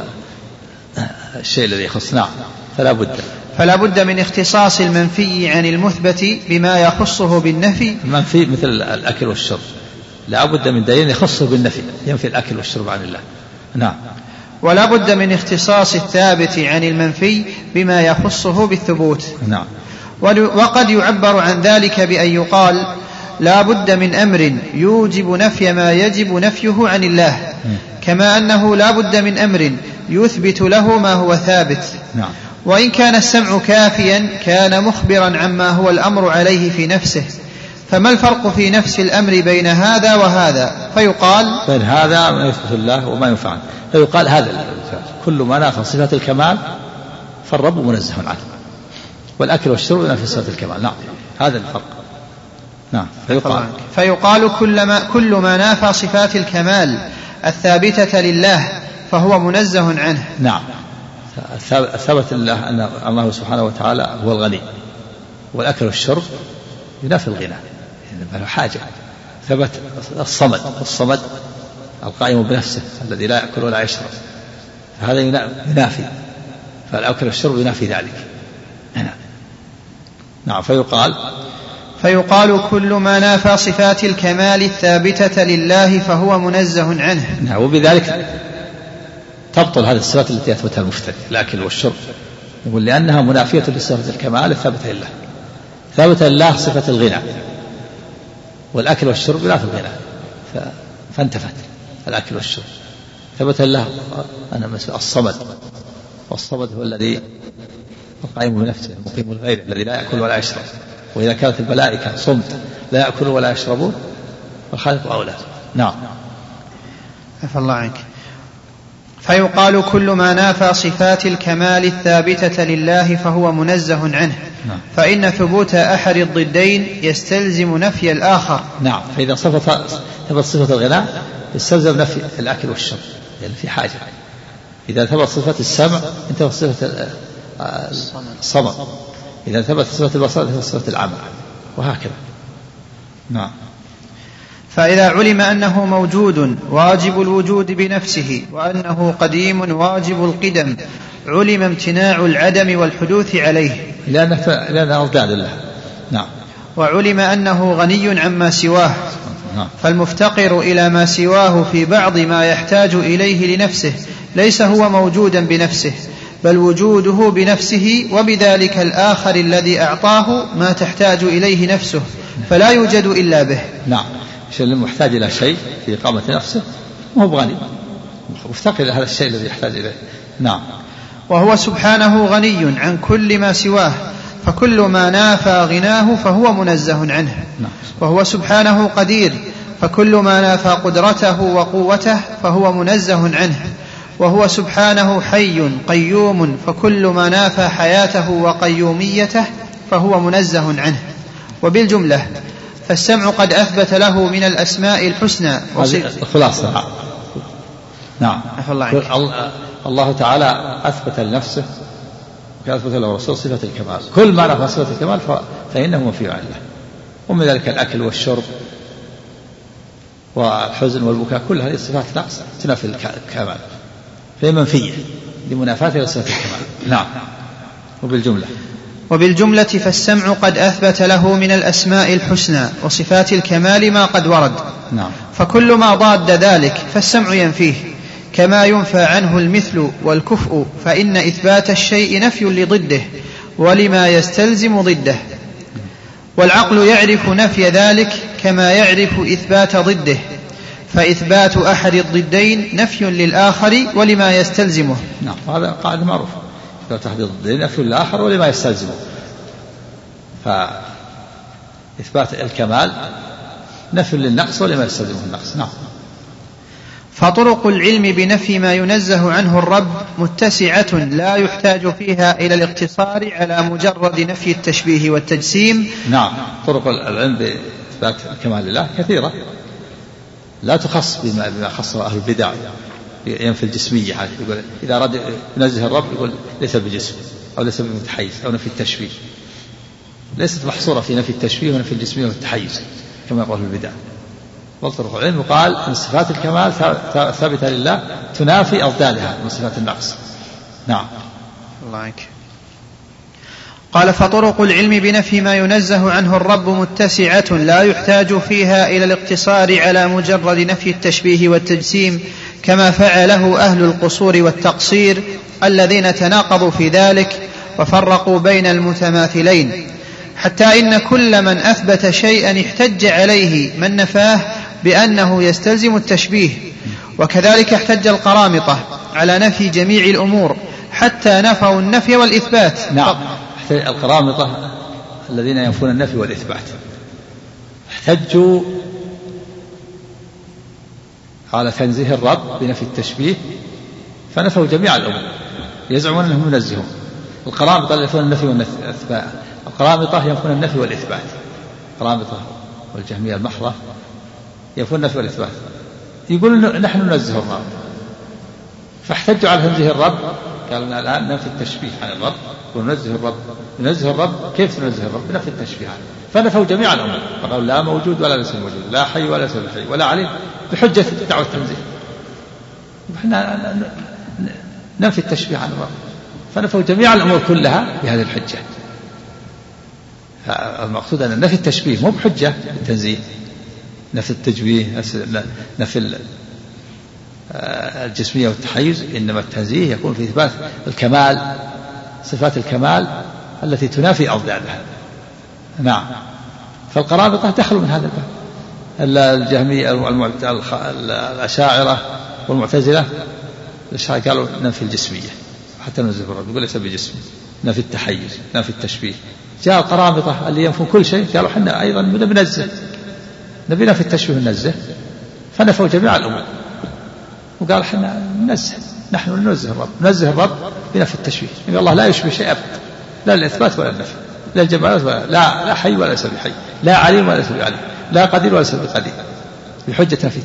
الشيء الذي يخص. نعم. فلا بد من اختصاص المنفي عن المثبت بما يخصه بالنفي. المنفي مثل الأكل والشرب لا بد من دليل يخصه بالنفي ينفي الأكل والشرب عن الله. نعم. ولا بد من اختصاص الثابت عن المنفي بما يخصه بالثبوت. نعم. وقد يعبر عن ذلك بأن يقال لا بد من أمر يوجب نفي ما يجب نفيه عن الله، كما أنه لا بد من أمر يثبت له ما هو ثابت. نعم. وإن كان السمع كافيا كان مخبرا عما هو الأمر عليه في نفسه، فما الفرق في نفس الأمر بين هذا وهذا؟ فيقال بين هذا ما يثبت الله وما ينفع عنه، فيقال هذا كل ما نافى صفات الكمال فالرب منزه عنه، والأكل والشرب ينافي صفات الكمال. نعم. هذا الفرق. نعم. فيقال كل ما نافى صفات الكمال الثابتة لله فهو منزه عنه. نعم. ثبت لله أن الله سبحانه وتعالى هو الغني، والأكل والشرب ينافي الغنى، يعني حاجة. ثبت الصمد القائم بنفسه الذي لا يأكل ولا يشرب، هذا ينافي، فالأكل والشرب ينافي ذلك. نعم. فيقال كل ما نافى صفات الكمال الثابتة لله فهو منزه عنه. نعم. وبذلك تبطل هذه الصفات التي أثبتها المفتري الأكل والشرب، يقول لأنها منافية لصفة الكمال الثابتة لله. ثابت لله صفة الغنى، والأكل والشرب ينافي الغنى، فانتفت الأكل والشرب. ثبت لله أنا الصمد، والصمد هو الذي القائم بنفسه المقيم الغير الذي لا يأكل ولا يشرب، وإذا كانت الملائكة صمت لا يأكل ولا يشربون فالخالق أولى. نعم. عفى الله عنك. فيقال كل ما نافى صفات الكمال الثابتة لله فهو منزه عنه. نعم. فإن ثبوت أحد الضدين يستلزم نفي الآخر. نعم. فإذا ثبت صفة الغناء يستلزم نفي الأكل والشرب لأن في حاجة. إذا ثبت صفة السمع انتهت صفة الصمم، إذا ثبت صفة البصر انتهت صفة العمى، وهكذا. نعم. فإذا علم أنه موجود واجب الوجود بنفسه وأنه قديم واجب القدم علم امتناع العدم والحدوث عليه لأنه أضداد الله. نعم. وعلم أنه غني عما سواه، فالمفتقر إلى ما سواه في بعض ما يحتاج إليه لنفسه ليس هو موجودا بنفسه، بل وجوده بنفسه وبذلك الآخر الذي أعطاه ما تحتاج إليه نفسه فلا يوجد إلا به. نعم. اللي محتاج إلى شيء في إقامة نفسه وهو بغني، مفتقر إلى هذا الشيء الذي يحتاج إليه. نعم. وهو سبحانه غني عن كل ما سواه، فكل ما نافى غناه فهو منزه عنه. نعم. وهو سبحانه قدير، فكل ما نافى قدرته وقوته فهو منزه عنه. وهو سبحانه حي قيوم، فكل ما نافى حياته وقيوميته فهو منزه عنه. وبالجملة فالسمع قد أثبت له من الأسماء الحسنى خلاصة. نعم. الله تعالى أثبت لنفسه وأثبت له رسول صفة الكمال، كل ما نفى صفة الكمال فإنه منفي عن الله، ومن ذلك الأكل والشرب والحزن والبكاء، كل هذه الصفات نقص تنفي الكمال، فهي منفية لمنافاة لصفة الكمال. نعم. وبالجملة فالسمع قد أثبت له من الأسماء الحسنى وصفات الكمال ما قد ورد. نعم. فكل ما ضاد ذلك فالسمع ينفيه، كما ينفى عنه المثل والكفء، فإن إثبات الشيء نفي لضده ولما يستلزم ضده، والعقل يعرف نفي ذلك كما يعرف إثبات ضده، فإثبات أحد الضدين نفي للآخر ولما يستلزمه. نعم. هذا قاعدة معروف، إثبات أحد الضدين نفي للآخر ولما يستلزمه، فإثبات الكمال نفي للنقص ولما يستلزمه النقص. نعم. فطرق العلم بنفي ما ينزه عنه الرب متسعة لا يحتاج فيها إلى الاقتصار على مجرد نفي التشبيه والتجسيم. نعم. طرق العلم بإثبات الكمال لله كثيرة، لا تخص بما خصه أهل البدع، ينفي الجسمية. يقول إذا أراد ينزه الرب يقول ليس بجسم أو ليس بمتحيز أو نفي التشبيه، ليست محصورة في نفي التشبيه ونفي الجسمية والتحيز كما يقول البدع. والطرق العلم قال أن صفات الكمال ثابتة لله تنافي أضدادها من صفات النقص. نعم. الله عنك. قال فطرق العلم بنفي ما ينزه عنه الرب متسعة لا يحتاج فيها إلى الاقتصار على مجرد نفي التشبيه والتجسيم كما فعله أهل القصور والتقصير الذين تناقضوا في ذلك وفرقوا بين المتماثلين، حتى إن كل من أثبت شيئا احتج عليه من نفاه بأنه يستلزم التشبيه، وكذلك احتج القرامطة على نفي جميع الأمور حتى نفوا النفي والإثبات. نعم. القرامطة الذين ينفون النفي والإثبات احتجوا على تنزيه الرب بنفي التشبيه فنفوا جميع الأمور، يزعمون أنهم ينزهون. القرامطة ينفون النفي والإثبات، القرامطة ينفون النفي والإثبات، القرامطة والجهمية المحضة ينفون النفي والإثبات، يقولون نحن ننزه الرب، فاحتجوا على تنزيه الرب، قالوا الآن ننفي التشبيه عن الرب وننزه الرب. ننزه الرب كيف ننزه الرب؟ بنفي التشبيه عنه، فنفوا جميع الأمور، فقالوا لا موجود ولا ليس موجود، لا حي ولا ليس بحي ولا عليم، بحجة دعوة التنزيه. نحن ننفي التشبيه عن الرب، فنفوا جميع الأمور كلها بهذه الحجة. المقصود أن نفي التشبيه مو بحجة التنزيه، نفي التجويه، نفي الجسمية والتحيز، إنما التنزيه يكون في إثبات الكمال، صفات الكمال التي تنافي أضدادها. نعم. فالقرامطة دخلوا من هذا الباب، الجهمية الأشاعرة والمعتزلة قالوا ننفي الجسمية حتى ننزه الرب، يقول ليس بجسم، نفي التحيز، نفي التشبيه. جاء القرامطة اللي ينفون كل شيء قالوا حنا أيضا بننزه، نبينا في التشبيه ننزه، فنفوا جميع الأمور وقال حنا ننزه، نحن ننزه الرب، ننزه الرب بنفي التشبيه، إن الله لا يشبه شيء أبدا، لا الإثبات ولا النفي، لا الجمالات ولا لا حي ولا ليس بحي، لا عليم ولا ليس بعليم، لا قدير ولا ليس بقدير، بحجة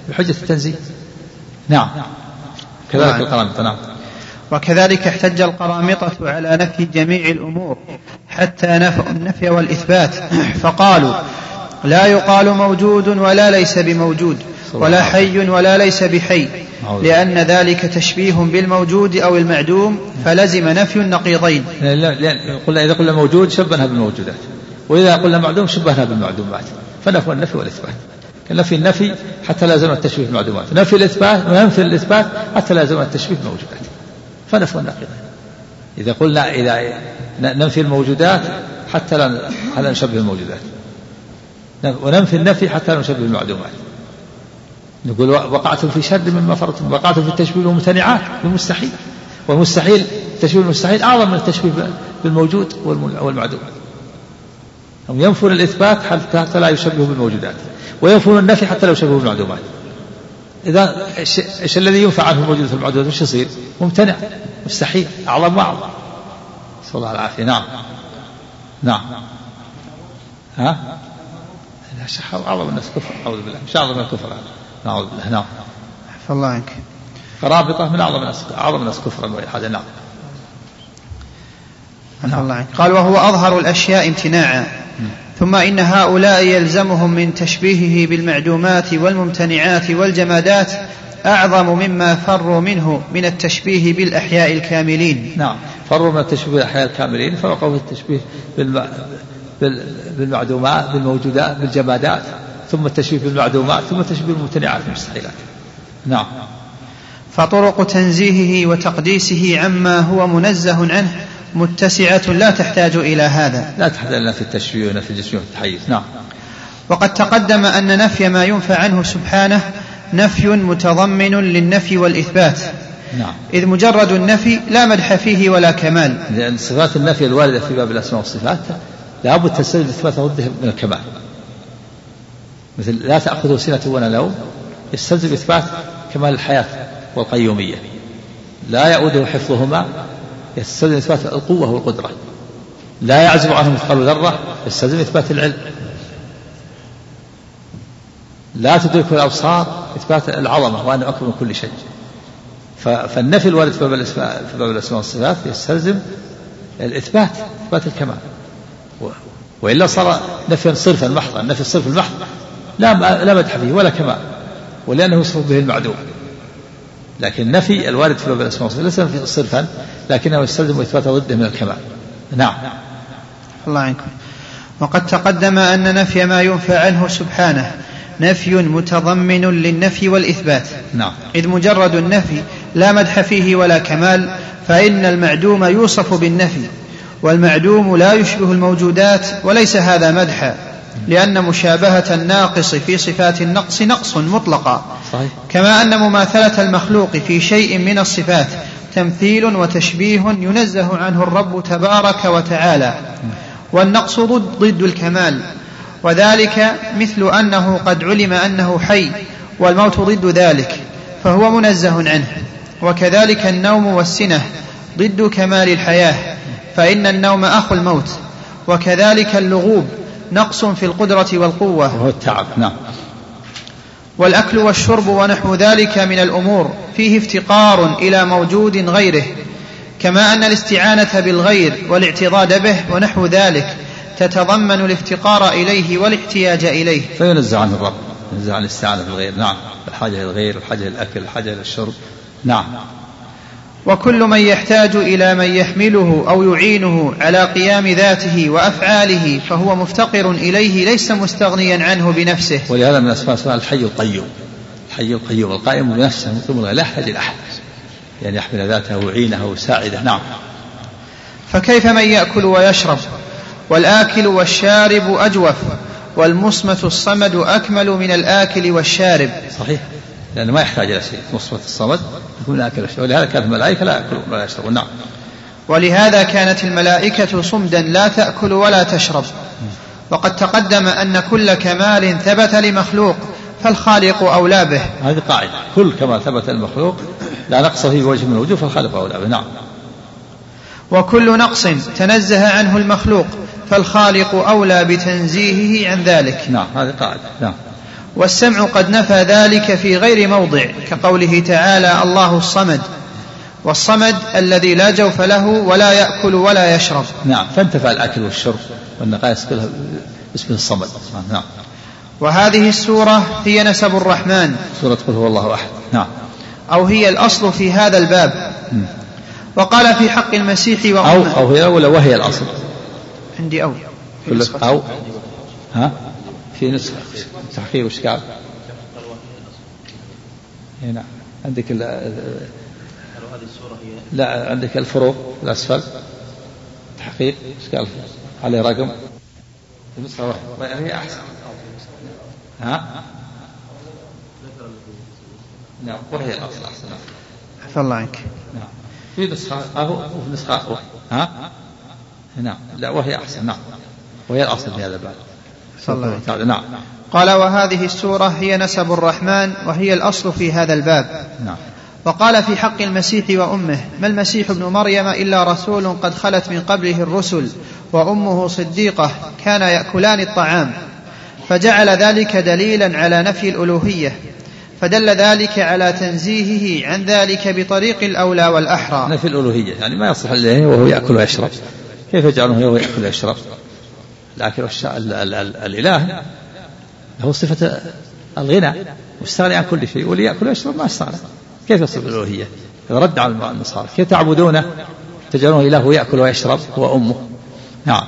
بحجة التنزيه. نعم كذلك القرامطة. نعم. وكذلك احتج القرامطة على نفي جميع الأمور حتى النفي والإثبات، فقالوا لا يقال موجود ولا ليس بموجود، ولا حي ولا ليس بحي، لأن ذلك تشبيه بالموجود أو المعدوم، فلزم نفي النقيضين. إذا قلنا موجود شبهنا بالموجودات، وإذا قلنا معدوم شبهنا بالمعدومات، فنفي النفي والإثبات. نفي النفي حتى لازم التشبيه بالمعدومات، نفي الإثبات وننفي الإثبات حتى لازم التشبيه بالموجودات، فنفي النقيضين. إذا قلنا إذا ننفي الموجودات حتى لا نشبه الموجودات، وننفي النفي حتى لا نشبه المعدومات. نقول وقعتم في شر مما فرضتم، وقعتم في التشبيه بالممتنعات بالمستحيل، والمستحيل التشبيه بالمستحيل أعظم من التشبيه بالموجود والمعدوم. هم ينفون الإثبات حتى لا يشبهوا بالموجودات، وينفون النفي حتى لا يشبهوا بالمعدومات. إذا إيش الذي ينفع عنه الموجود في المعدومات وش يصير؟ ممتنع، مستحيل، أعظم وأعظم. صلى الله العافية. نعم نعم. ها أعظم الناس كفر، أعوذ بالله، مش أعظم الكفر، نعوذ بالله. نعم. عفى الله عنك. قرابطة من أعظم الناس كفرا هذا. نعم. عفى الله عنك. قال وهو أظهر الأشياء امتناعا. ثم إن هؤلاء يلزمهم من تشبيهه بالمعدومات والممتنعات والجمادات أعظم مما فروا منه من التشبيه بالأحياء الكاملين. نعم، فروا من التشبيه بالأحياء الكاملين، فوقعوا في التشبيه بالمعدومات بالموجودات بالجمادات، ثم التشبيه بالمعدومات، ثم التشبيه بالممتنعات والمستحيلات. نعم. فطرق تنزيهه وتقديسه عما هو منزه عنه متسعة لا تحتاج إلى هذا، لا تحتاج إلى في التشبيه ونفي الجسم والتحيز. نعم. وقد تقدم أن نفي ما ينفى عنه سبحانه نفي متضمن للنفي والإثبات. نعم. إذ مجرد النفي لا مدح فيه ولا كمال، لأن صفات النفي الواردة في باب الأسماء والصفات لابد تستلزم إثبات ضده من الكمال، مثل لا تأخذه سنة ولا نوم، يستلزم إثبات كمال الحياة والقيومية، لا يعوده حفظهما، يستلزم إثبات القوة والقدرة، لا يعزب عنه مثقال ذرة، يستلزم إثبات العلم، لا تدركه الأبصار، إثبات العظمة وأنه أكبر من كل شيء. فالنفي الوارد في باب الأسماء والصفات يستلزم الإثبات، إثبات الكمال، وإلا صار نفيا صرفا محضا. النفي الصرف المحض لا مدح فيه ولا كمال، ولأنه يوصف به المعدوم. لكن النفي الوارد في باب الأسماء والصفات ليس نفي صرفا، لكنه يستلزم إثبات ضده من الكمال. نعم. الله عنكم. وقد تقدم أن نفي ما ينفى عنه سبحانه نفي متضمن للنفي والإثبات. نعم. إذ مجرد النفي لا مدح فيه ولا كمال، فإن المعدوم يوصف بالنفي، والمعدوم لا يشبه الموجودات، وليس هذا مدحا، لأن مشابهة الناقص في صفات النقص نقص مطلقا. صحيح. كما أن مماثلة المخلوق في شيء من الصفات تمثيل وتشبيه ينزه عنه الرب تبارك وتعالى، والنقص ضد الكمال، وذلك مثل أنه قد علم أنه حي، والموت ضد ذلك، فهو منزه عنه. وكذلك النوم والسنة ضد كمال الحياة، فإن النوم أخو الموت. وكذلك اللغوب نقص في القدرة والقوة، وهو التعب. نعم. والأكل والشرب ونحو ذلك من الأمور فيه افتقار إلى موجود غيره، كما أن الاستعانة بالغير والاعتضاد به ونحو ذلك تتضمن الافتقار إليه والاحتياج إليه، فينزع عنه الرب، ينزع عن الاستعانة بالغير. نعم. الحاجة إلى الغير، الحاجة إلى الأكل، الحاجة إلى الشرب. نعم. وكل من يحتاج إلى من يحمله أو يعينه على قيام ذاته وأفعاله فهو مفتقر إليه، ليس مستغنيا عنه بنفسه. ولهذا من أسماء الحي القيوم، الحي القيوم القائم بنفسه ثم لا يحتاج إلى أحد، يعني يحمل ذاته ويعينه ويساعده. نعم. فكيف من يأكل ويشرب، والآكل والشارب أجوف، والمصمت الصمد أكمل من الآكل والشارب. صحيح، لأنه ما يحتاج إلى شيء. مصمت الصمد يكون الآكل والشارب، ولهذا كانت الملائكة لا يأكلون ولا يشربون. نعم. ولهذا كانت الملائكة صمدا لا تأكل ولا تشرب. وقد تقدم أن كل كمال ثبت لمخلوق فالخالق أولى به. هذه قاعدة، كل كمال ثبت للمخلوق لا نقص فيه بوجه من الوجوه فالخالق أولى به. نعم. وكل نقص تنزه عنه المخلوق فالخالق أولى بتنزيهه عن ذلك. نعم، هذه قاعدة. نعم. والسمع قد نفى ذلك في غير موضع، كقوله تعالى الله الصمد، والصمد الذي لا جوف له ولا يأكل ولا يشرب. نعم، فانتفى الأكل والشرب والنقائص كلها باسم الصمد. نعم. وهذه السورة هي نسب الرحمن، سورة قل هو الله أحد. نعم. أو هي الأصل في هذا الباب. وقال في حق المسيح وأمه، أو هي الأولى وهي الأصل. عندي أو في نسخة تحقيق وإشكال. هنا عندك لا عندك الفروق الأسفل تحقيق إشكال عليه رقم النسخة واحدة هي أحسن. نعم، وهي الأصل أحسن. عفى الله عنك. نعم، في نسخة وفي نسخة أخرى. نعم، لا وهي أحسن. نعم، وهي الأصل في هذا الباب. نعم. قال وهذه السورة هي نسب الرحمن وهي الأصل في هذا الباب. نعم. وقال في حق المسيح وأمه ما المسيح ابن مريم إلا رسول قد خلت من قبله الرسل وأمه صديقة كان يأكلان الطعام، فجعل ذلك دليلا على نفي الألوهية، فدل ذلك على تنزيهه عن ذلك بطريق الأولى والأحرى. نفي الألوهية يعني ما يصلح إليه وهو يأكل ويشرب، كيف يجعله وهو يأكل ويشرب؟ لكن الإله له صفة الغنى واستغني عن كل شيء، واللي يأكل ويشرب ما استغنى، كيف يصل الألوهية؟ رد على النصارى، كيف تعبدونه تجعلونه إله يأكل ويشرب هو أمه. نعم.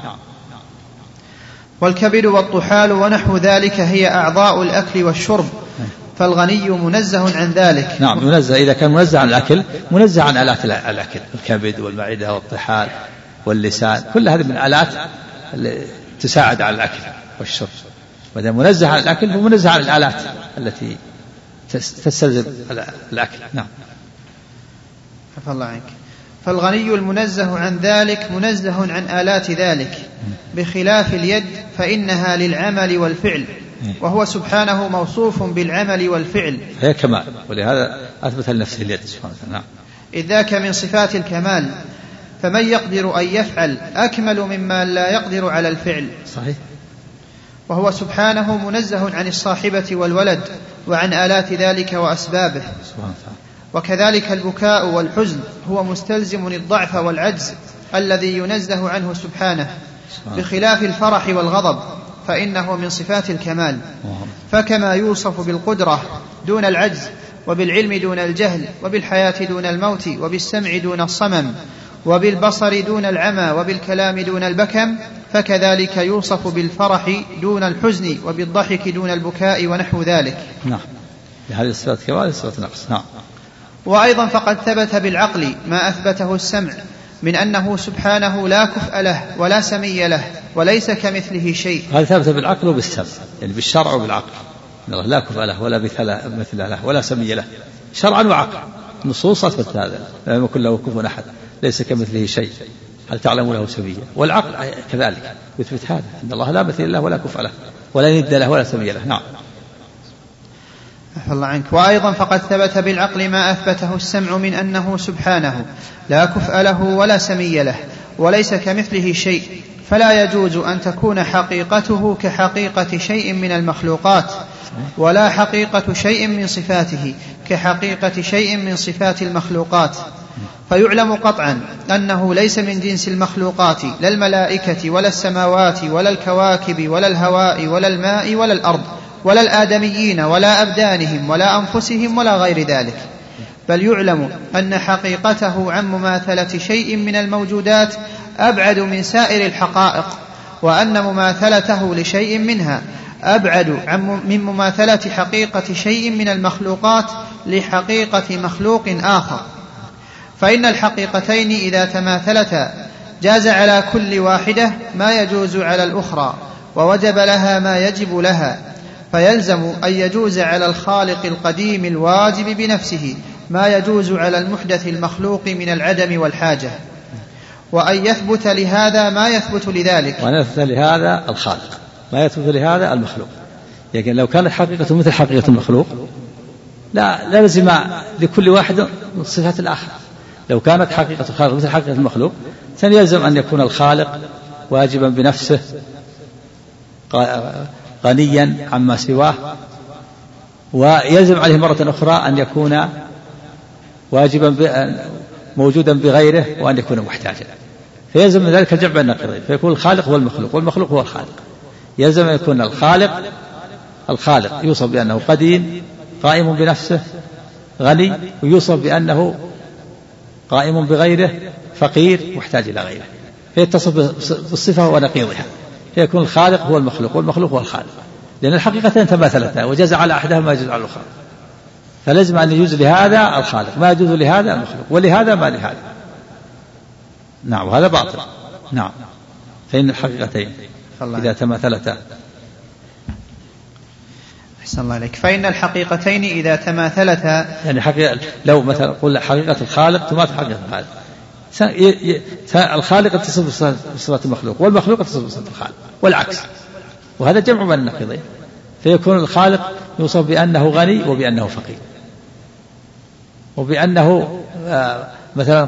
والكبد والطحال ونحو ذلك هي أعضاء الأكل والشرب، فالغني منزه عن ذلك. نعم، منزه إذا كان منزه عن الأكل، منزه عن آلات الأكل، الكبد والمعدة والطحال واللسان، كل هذه من آلات تساعد على الأكل والشرب. وإذا منزه عن الأكل هو منزه عن الآلات التي تستلزم الأكل. نعم. عفى الله عنك. فالغني المنزه عن ذلك منزه عن آلات ذلك، بخلاف اليد فإنها للعمل والفعل، وهو سبحانه موصوف بالعمل والفعل، هي كمال، ولهذا أثبت لنفسه اليد سبحانه. نعم. إذ ذاك من صفات الكمال، فمن يقدر أن يفعل أكمل مما لا يقدر على الفعل. صحيح. وهو سبحانه منزه عن الصاحبة والولد وعن آلات ذلك وأسبابه. وكذلك البكاء والحزن هو مستلزم الضعف والعجز الذي ينزه عنه سبحانه، بخلاف الفرح والغضب فإنه من صفات الكمال. فكما يوصف بالقدرة دون العجز، وبالعلم دون الجهل، وبالحياة دون الموت، وبالسمع دون الصمم، وبالبصر دون العمى، وبالكلام دون البكم، فكذلك يوصف بالفرح دون الحزن، وبالضحك دون البكاء ونحو ذلك. نعم، هذه الصفات كمال صفات نقص. نعم. وأيضا فقد ثبت بالعقل ما أثبته السمع من أنه سبحانه لا كفء له ولا سمي له وليس كمثله شيء. هذا ثبت بالعقل وبالسمع، يعني بالشرع وبالعقل، لا كفء له ولا مثل له ولا سمي له، شرعا وعقل. نصوص أثبت هذا، لم يكن له كفوا أحد، ليس كمثله شيء، هل تعلم له سميا؟ والعقل كذلك يثبت هذا، أن الله لا مثل له ولا كفء له ولا ند له ولا سمي له. نعم. الله عنك. وأيضا فقد ثبت بالعقل ما أثبته السمع من أنه سبحانه لا كفء له ولا سمي له وليس كمثله شيء، فلا يجوز أن تكون حقيقته كحقيقة شيء من المخلوقات، ولا حقيقة شيء من صفاته كحقيقة شيء من صفات المخلوقات. فيعلم قطعا أنه ليس من جنس المخلوقات، لا الملائكة ولا السماوات ولا الكواكب ولا الهواء ولا الماء ولا الأرض ولا الآدميين ولا أبدانهم ولا أنفسهم ولا غير ذلك، بل يعلم أن حقيقته عن مماثلة شيء من الموجودات أبعد من سائر الحقائق، وأن مماثلته لشيء منها أبعد من مماثلة حقيقة شيء من المخلوقات لحقيقة مخلوق آخر. فإن الحقيقتين إذا تماثلتا جاز على كل واحدة ما يجوز على الأخرى، ووجب لها ما يجب لها، فيلزم أن يجوز على الخالق القديم الواجب بنفسه ما يجوز على المحدث المخلوق من العدم والحاجة، وأن يثبت لهذا ما يثبت لذلك، وأن يثبت لهذا الخالق ما يثبت لهذا المخلوق. لكن لو كانت حقيقته مثل حقيقة المخلوق لا لزم لكل واحد صفات الآخر. لو كانت حقيقة الخالق مثل حقيقة المخلوق يلزم أن يكون الخالق واجبا بنفسه غنيا عما سواه ويلزم عليه مرة أخرى أن يكون واجبا موجودا بغيره وأن يكون محتاجا، فيلزم من ذلك الجمع بين النقيضين، فيكون الخالق هو المخلوق والمخلوق هو الخالق. يلزم أن يكون الخالق يوصف بأنه قديم قائم بنفسه غني، ويوصف بأنه قائم بغيره فقير محتاج إلى غيره، فيتصف بالصفة ونقيضها، فيكون الخالق هو المخلوق والمخلوق هو الخالق، لأن الحقيقتين تماثلتا وجاز على أحدهما ما يجوز على الأخرى، فلازم أن يجوز لهذا الخالق ما يجوز لهذا المخلوق، ولهذا ما لهذا. نعم، وهذا باطل. نعم، فإن الحقيقتين إذا تماثلتا. أحسن الله عليك. فإن الحقيقتين إذا تماثلتا، يعني حقيقة لو مثلا قلنا حقيقة الخالق تماثل حقيقة الخالق، الخالق يتصف بصفة المخلوق والمخلوق يتصف بصفة الخالق والعكس، وهذا جمع بين النقيضين، فيكون الخالق يوصف بأنه غني وبأنه فقير، وبأنه مثلا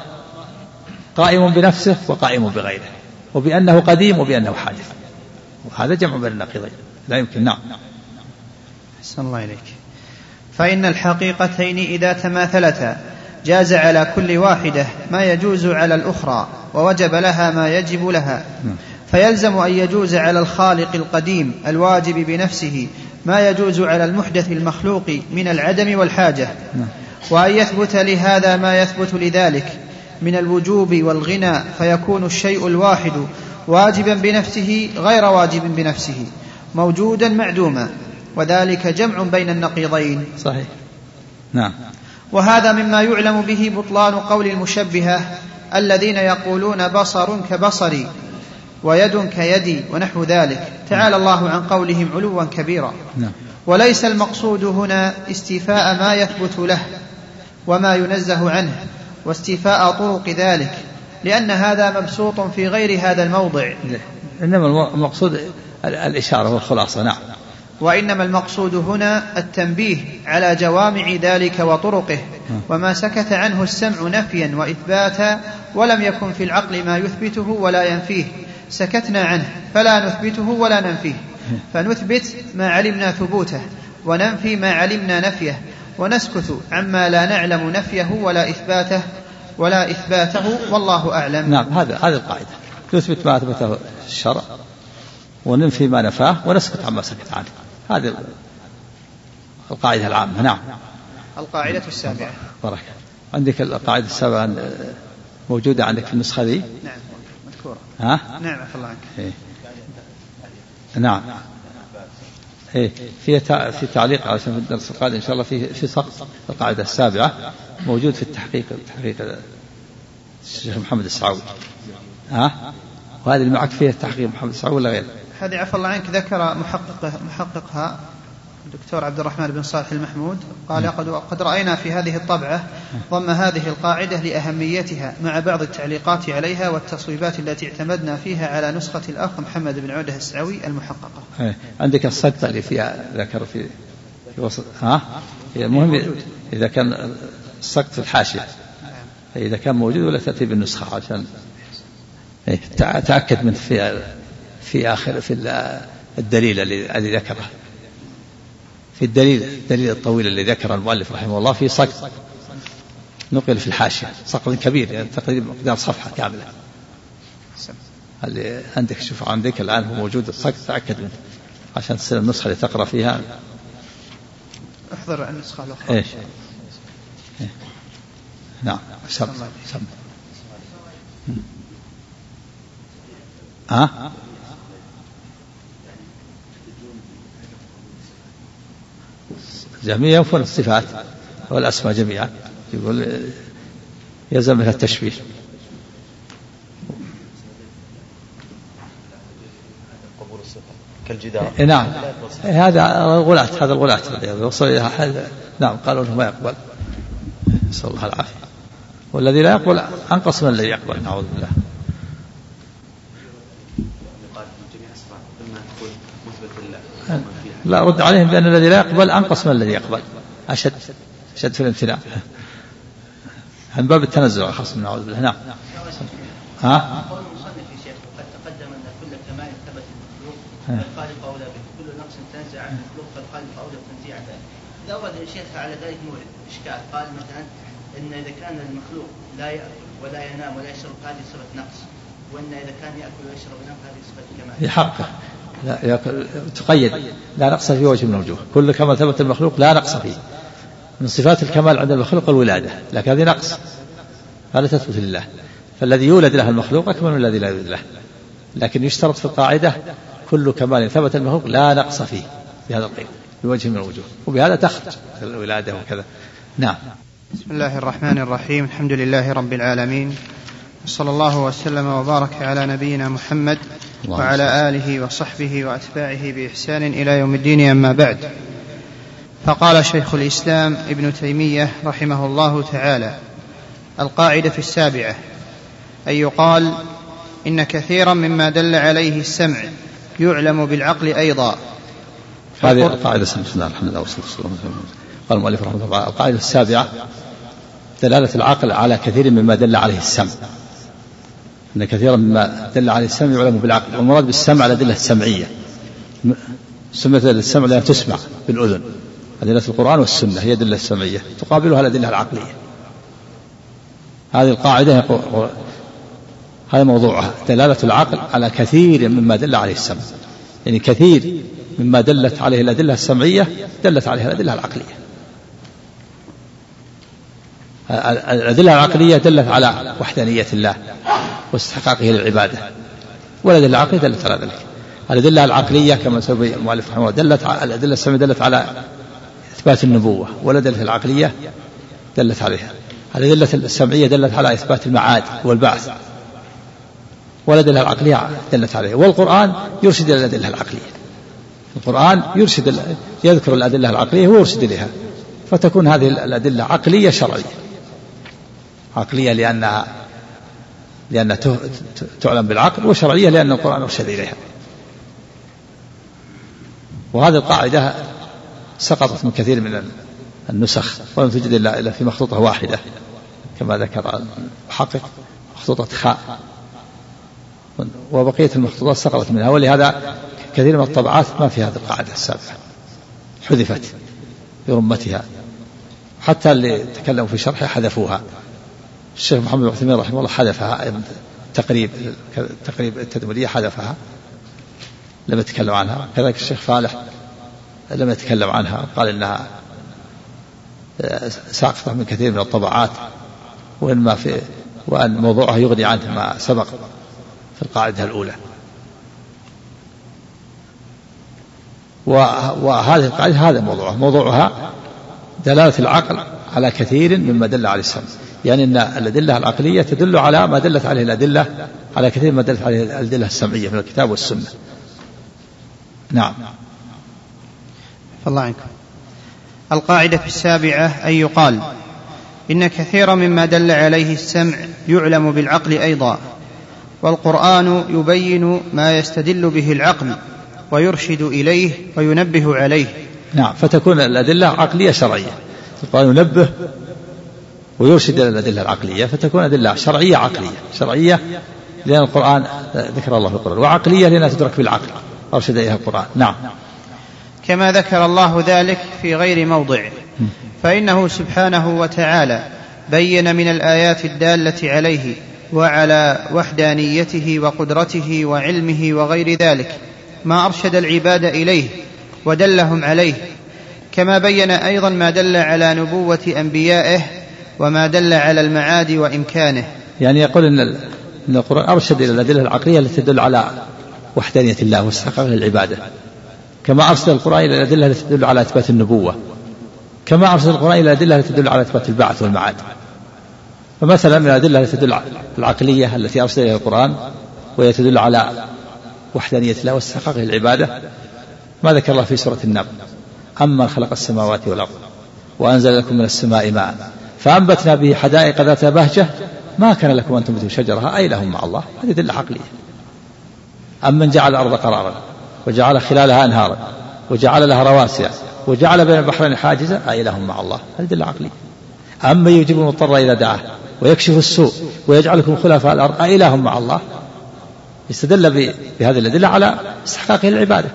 قائم بنفسه وقائم بغيره، وبأنه قديم وبأنه حادث، وهذا جمع بين النقيضين لا يمكن. نعم. أحسن الله إليك. فإن الحقيقتين إذا تماثلتا جاز على كل واحدة ما يجوز على الأخرى، ووجب لها ما يجب لها، فيلزم أن يجوز على الخالق القديم الواجب بنفسه ما يجوز على المحدث المخلوق من العدم والحاجة، وأن يثبت لهذا ما يثبت لذلك من الوجوب والغنى، فيكون الشيء الواحد واجبا بنفسه غير واجب بنفسه، موجودا معدوما، وذلك جمع بين النقيضين. صحيح. نعم. وهذا مما يعلم به بطلان قول المشبهة الذين يقولون بصر كبصري ويد كيدي ونحو ذلك، تعالى الله عن قولهم علوا كبيرا. وليس المقصود هنا استيفاء ما يثبت له وما ينزه عنه واستيفاء طرق ذلك، لأن هذا مبسوط في غير هذا الموضع، إنما المقصود الإشارة والخلاصة. نعم. وإنما المقصود هنا التنبيه على جوامع ذلك وطرقه، وما سكت عنه السمع نفيا وإثباتا ولم يكن في العقل ما يثبته ولا ينفيه، سكتنا عنه فلا نثبته ولا ننفيه، فنثبت ما علمنا ثبوته وننفي ما علمنا نفيه، ونسكت عما لا نعلم نفيه ولا إثباته والله أعلم. نعم، هذه القاعدة، نثبت ما أثبته الشرع وننفي ما نفاه ونسكت عما سكت عنه، هذه القاعدة العامة. نعم. القاعدة السابعة. بارك. عندك القاعدة السابعة موجودة عندك في النسخة ذي؟ نعم مذكورة. ها؟ نعم عفوا عنك. إيه. نعم. إيه. في تعليق على الدرس القادم إن شاء الله في سقط القاعدة السابعة موجود في التحقيق الشيخ محمد السعوي. ها؟ وهذه اللي معك فيها التحقيق محمد السعوي ولا غير؟ هذه عفى الله عنك ذكر محققها الدكتور عبد الرحمن بن صالح المحمود، قال قد رأينا في هذه الطبعة ضم هذه القاعدة لأهميتها مع بعض التعليقات عليها والتصويبات التي اعتمدنا فيها على نسخة الأخ محمد بن عوده السعوي المحققة. عندك السقط اللي فيها ذكر في وسط. المهم إذا كان السقط في الحاشية، إذا كان موجود ولا تأتي بالنسخة عشان تأكد من في آخر في الدليل الذي ذكره، في الدليل الطويل الذي ذكره المؤلف رحمه الله في سقط نقل في الحاشية، سقط كبير يعني تقريبا مقدار صفحة كاملة. اللي عندك شوف عندك الآن هو موجود السقط، تأكد منه عشان تصير النسخة اللي تقرأ فيها. احضر النسخة الأخرى. إيه. نعم. سم. جميع ينفون الصفات والأسماء جميعا، يقول يلزم منها التشبيه. كالجدار. نعم، هذا الغلاة يوصل. نعم، قالوا انه ما يقبل، نسأل الله العافية. والذي لا يقبل أنقص من الذي يقبل، نعوذ بالله. لا، رد عليهم بأن الذي لا يقبل أنقص من الذي يقبل، أشد في الامتناع، عن باب التنزع خاص، من نعوذ بالله. نعم. قول المصنف يا شيخ قد تقدم أن كل كمال ثبت المخلوق الخالق أولى به كل نقص تنزع عن المخلوق فالخالق أولى بتنزيع ذلك. إذا أورد الشيخ على ذلك مورد إشكال قال مثلا إن إذا كان المخلوق لا يأكل ولا ينام ولا يشرب هذه صفة نقص، وإن إذا كان يأكل ويشرب وينام هذه صفة كمال. في حقه لا تقيد لا نقص في وجه من الوجوه. كل كما ثبت المخلوق لا نقص فيه. من صفات الكمال عند المخلوق الولادة، لكن هذه نقص هذا تثبت لله. فالذي يولد له المخلوق أكمل من الذي لا يولد له، لكن يشترط في القاعدة كل كمال ثبت المخلوق لا نقص فيه بهذا القيد بوجه من الوجوه، وبهذا تخرج الولادة وكذا. نعم. بسم الله الرحمن الرحيم. الحمد لله رب العالمين، صلى الله وسلم وبارك على نبينا محمد وعلى آله وصحبه وأتباعه بإحسان إلى يوم الدين. أما بعد، فقال شيخ الإسلام ابن تيمية رحمه الله تعالى: القاعدة السابعة أن يقال إن كثيرا مما دل عليه السمع يعلم بالعقل أيضا. هذه القاعدة قال المؤلف رحمه الله: القاعدة السابعة دلالة العقل على كثير مما دل عليه السمع، إن كثيرا مما دل عليه السمع يعلم بالعقل. والمراد بالسمع الأدلة السمعية، سمة السمع لأنها تسمع بالأذن، أدلة القرآن والسنة هي أدلة السمعية تقابلها الأدلة العقلية. هذه القاعدة هذا موضوعها، دلالة العقل على كثير مما دل عليه السمع، يعني كثير مما دلت عليه الأدلة السمعية دلت عليه الأدلة العقلية. الأدلة العقلية دلت على وحدانية الله واستحقاقه للعبادة، والأدلة العقلية دلت على ذلك. الأدلة العقلية كما سبق المؤلف رحمه الله دلت على الأدلة السمعية دلت على إثبات النبوة، والأدلة العقلية دلت عليها. الأدلة السمعية دلت على إثبات المعاد والبعث، والأدلة العقلية دلت عليها. والقرآن يرشد إلى الأدلة العقلية، القرآن يذكر الأدلة العقلية ويرشد إليها، فتكون هذه الأدلة عقلية شرعية. عقلية لأنها تعلم بالعقل، وشرعية لأن القرآن أرشد إليها. وهذه القاعدة سقطت من كثير من النسخ، ولم تجد إلا في مخطوطة واحدة كما ذكر المحقق، مخطوطة خاء، وبقية المخطوطات سقطت منها. ولهذا كثير من الطبعات ما في هذه القاعدة السابقة، حذفت برمتها، حتى اللي تكلموا في شرحها حذفوها. الشيخ محمد بن عثيمين رحمه الله حذفها، تقريب التدمرية حذفها، لم يتكلم عنها. كذلك الشيخ فالح لم يتكلم عنها، قال إنها ساقطة من كثير من الطبعات، وأن موضوعها يغني عنه ما سبق في القاعدة الأولى. وهذه القاعدة هذا موضوعها دلالة العقل على كثير مما دل عليه السمع، يعني أن الأدلة العقلية تدل على ما دلت عليه الأدلة، على كثير ما دلت عليه الأدلة السمعية من الكتاب والسنة. نعم. فالله عنكم. القاعدة السابعة أن يقال إن كثيرا مما دل عليه السمع يعلم بالعقل أيضا، والقرآن يبين ما يستدل به العقل ويرشد إليه وينبه عليه. نعم، فتكون الأدلة عقلية شرعية، القرآن ينبه ويرشد إلى الأدلة العقلية، فتكون أدلة شرعية عقلية. شرعية لأن القرآن ذكر الله في القرآن، وعقلية لأنها تدرك بالعقل أرشد إليها القرآن. نعم. كما ذكر الله ذلك في غير موضع، فإنه سبحانه وتعالى بين من الآيات الدالة عليه وعلى وحدانيته وقدرته وعلمه وغير ذلك ما أرشد العباد إليه ودلهم عليه، كما بين أيضا ما دل على نبوة أنبيائه وما دل على المعاد وإمكانه. يعني يقول إن القرآن أرشد إلى الأدلة العقلية التي تدل على وحدانية الله واستحقاقه للعبادة، كما أرسل القرآن إلى الأدلة التي تدل على إثبات النبوة، كما أرسل القرآن إلى الأدلة التي تدل على إثبات البعث والمعاد. فمثلا من الأدلة التي تدل العقلية التي أرسل إلى القرآن وهي تدل على وحدانية الله واستحقاقه للعبادة ما ذكر الله في سورة النمل: أمن خلق السماوات والأرض وأنزل لكم من السماء ماء فأنبتنا به حدائق ذات بهجة ما كان لكم أن تنبتوا شجرها أإله مع الله. هذه أدلة عقلية. أمن جعل الأرض قرارا وجعل خلالها أنهارا وجعل لها رواسي وجعل بين البحرين حاجزا أإله مع الله. هذه أدلة عقلية. أمن يجيب المضطر إذا دعاه ويكشف السوء ويجعلكم خلفاء الأرض أإله مع الله. استدل بهذه الأدلة على استحقاقه العبادة.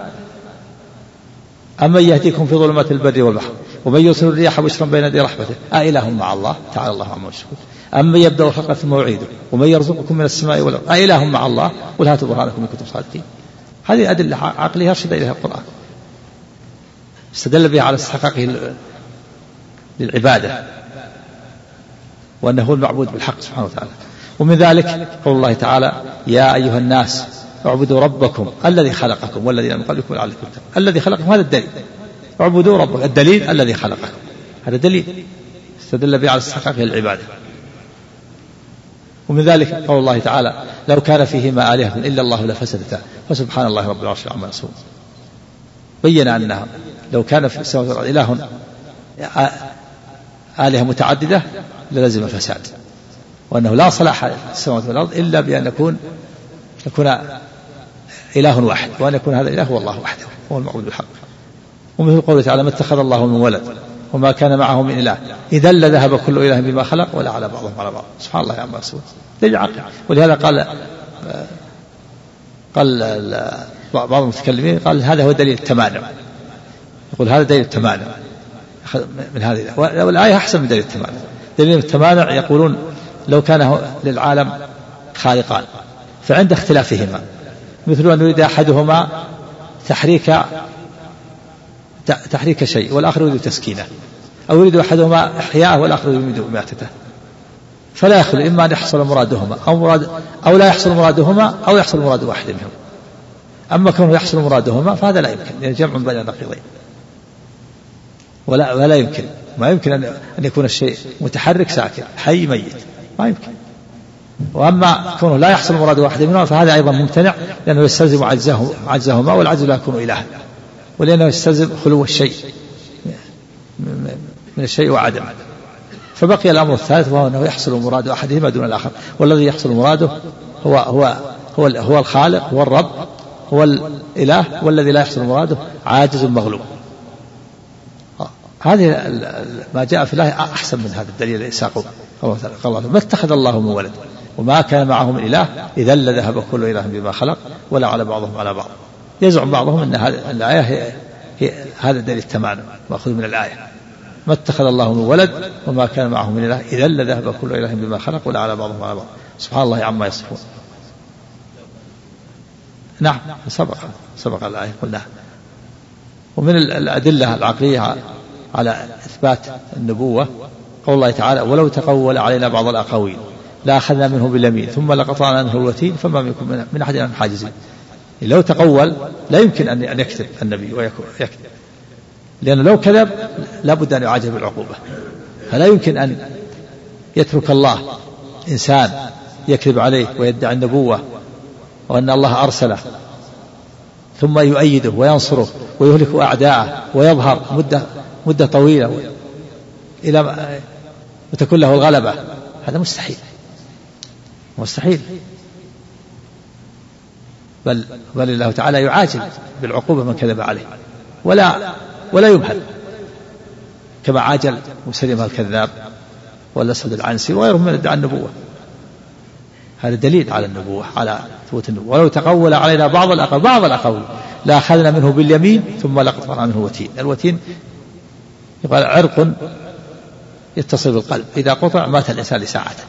أمن يهديكم في ظلمات البر والبحر ومن يرسل الرياح بشرا بين يدي رحمته أإله مع الله تعالى الله عما يشركون. أمن يبدأ الخلق ثم يعيده ومن يرزقكم من السماء والأرض أإله مع الله قل هاتوا برهانكم إن كنتم صادقين. هذه أدلة عقلية أرشد إليها القرآن، استدل بها على استحقاقه للعبادة وأنه هو المعبود بالحق سبحانه وتعالى. ومن ذلك قول الله تعالى يا أيها الناس اعبدوا ربكم الذي خلقكم والذين من قبلكم لعلكم تتقون. الذي خلقكم هذا الدليل، اعبدوا ربكم الدليل الذي خلقكم، هذا دليل استدل به على استحقاقه العبادة. ومن ذلك قول الله تعالى لو كان فيهما آلهة إلا الله لفسدتا فسبحان الله رب العرش عما يصفون. بين أنها لو كان في السماوات والأرض إله آلهة متعددة للزم الفساد، وأنه لا صلاح السماوات والأرض إلا بأن يكون إله واحد، وأن يكون هذا الإله هو الله وحده هو المعبود بالحق. ومثل قوله تعالى ما اتخذ الله من ولد وما كان معه من إله إذا لذهب كل إله بما خلق ولا على بعضهم على بعض سبحان الله عما يصفون. دليل عقل. ولهذا قال بعض المتكلمين قال هذا هو دليل التمانع، يقول هذا دليل التمانع من هذه، والآية أحسن من دليل التمانع. دليل التمانع يقولون لو كان للعالم خالقان فعند اختلافهما مثل أن يريد أحدهما تحريك شيء والآخر يريد تسكينه، أو يريد أحدهما إحياءه والآخر يريد إماتته، فلا يخلو إما أن يحصل مرادهما أو لا يحصل مرادهما أو يحصل مراد واحد منهم. أما كونه يحصل مرادهما فهذا لا يمكن، يعني جمع بين النقيضين، ولا يمكن، ما يمكن أن يكون الشيء متحرك ساكن حي ميت، ما يمكن. وأما كونه لا يحصل مراد واحد منهما فهذا أيضا ممتنع، لأنه يستلزم عجزهما، والعجز لا يكون إلها، ولأنه يستلزم خلو الشيء من الشيء وعدم. فبقي الأمر الثالث وهو أنه يحصل مراد أحدهما دون الآخر، والذي يحصل مراده هو الخالق، هو الرب، هو الإله، والذي لا يحصل مراده عاجز مغلوب. هذه ما جاء في الله أحسن من هذا الدليل الذي ساقه الله ما اتخذ الله من ولد وما كان معه من إله إذا لذهب كل إله بما خلق ولا على بعضهم على بعض. يزعم بعضهم أن هذه الآية هي هذا دليل التمانع مأخوذ من الآية ما اتخذ الله من ولد وما كان معه من إله إذا لذهب كل إله بما خلق ولا على بعضهم على بعض سبحان الله عما يصفون. نعم سبق الآية قلناها. ومن الأدلة العقلية على إثبات النبوة قول الله تعالى ولو تقول علينا بعض الأقاويل لا أخذنا منه باليمين ثم لقطعنا منه الوتين فما منكم من أحد عن حاجزين. لو تقول لا يمكن أن يكذب النبي ويكذب، لأنه لو كذب لا بد أن يعاجل بالعقوبة، فلا يمكن أن يترك الله إنسان يكذب عليه ويدعي النبوة وأن الله أرسله ثم يؤيده وينصره ويهلك أعداءه ويظهر مدة طويلة إلى وتكون له الغلبة. هذا مستحيل. بل الله تعالى يعاجل بالعقوبة من كذب عليه ولا يمهل، كما عاجل مسلمة الكذاب والأسود العنسي وغيرهم من ادعاء النبوة. هذا دليل على النبوة، على ثبوت النبوة. ولو تقول علينا بعض الأقاويل لا أخذنا منه باليمين ثم لقطعنا منه الوتين. الوتين يقال عرق يتصل بالقلب، إذا قطع مات الإنسان لساعته.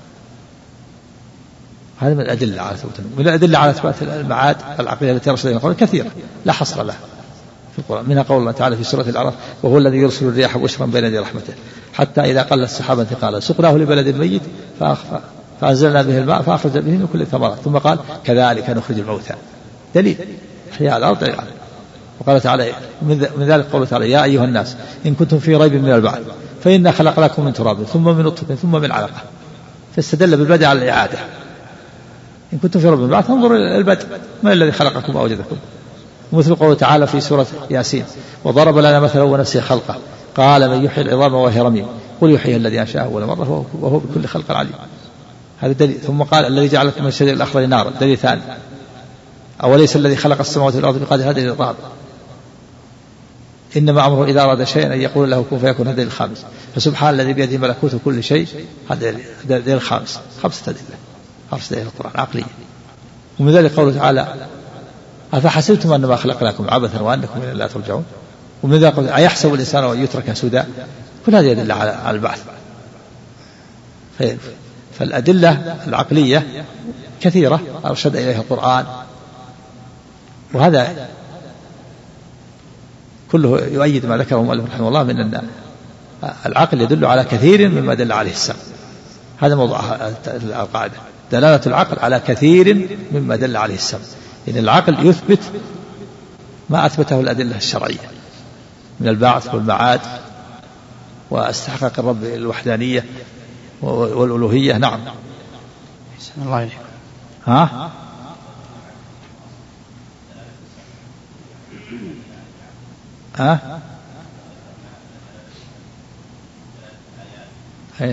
هذا من الأدلة على ثبوت النبوة. من الأدلة على ثبات المعاد العقلية التي رسل إلينا كثيرة لا حصر لها في القرآن، منها قول الله تعالى في سورة الأعراف وهو الذي يرسل الرياح بشرا بين يدي رحمته حتى إذا قل السحاب ثقالا سقناه لبلد ميت فأنزلنا به الماء فأخرج به من كل الثمرات ثم قال كذلك نخرج الموتى. دليل أحياء الأرض دليل. وقال تعالى من ذلك قوله تعالى يا أيها الناس إن كنتم في ريب من البعث فإنا خلقناكم من تراب ثم من نطفة ثم من علقة، فاستدل بالبدء على الإعادة. إن كنتم في ريب من البعث انظروا إلى البدء من الذي خلقكم وأوجدكم. مثل قوله تعالى في سورة ياسين وضرب لنا مثلا ونسي خلقه قال من يحيي العظام وهي رميم قل يحييها الذي أنشأها أول مرة وهو بكل خلق عليم. هذا دليل. ثم قال الذي جعل لكم من الشجر الأخضر نارا، دليل ثاني. أوليس الذي خلق السماوات والأرض بقادر، هذا الرابع. إنما أمره إذا أراد شيئا أن يقول له كن فيكون، هذا الخامس. فسبحان الذي بيده ملكوت كل شيء، هذا دليل الخامس. خمسة أدلة القرآن عقلية ومن ذلك قوله تعالى أفحسبتم أنما خلقناكم عبثا وأنكم إلينا لا ترجعون. ومن ذلك قوله أيحسب الإنسان أن يترك سدى. كل هذه يدل على البعث. فالأدلة العقلية كثيرة أرشد إليها القرآن، وهذا كله يؤيد ما ذكره المؤلف رحمه الله من أن العقل يدل على كثير مما دل عليه السمع. هذا موضوع القاعدة، دلالة العقل على كثير مما دل عليه السمع. إن العقل يثبت ما أثبته الأدلة الشرعية من البعث والمعاد واستحقاق الرب الوحدانية والألوهية. نعم. أحسن الله إليكم. ها؟ ها؟ ايه.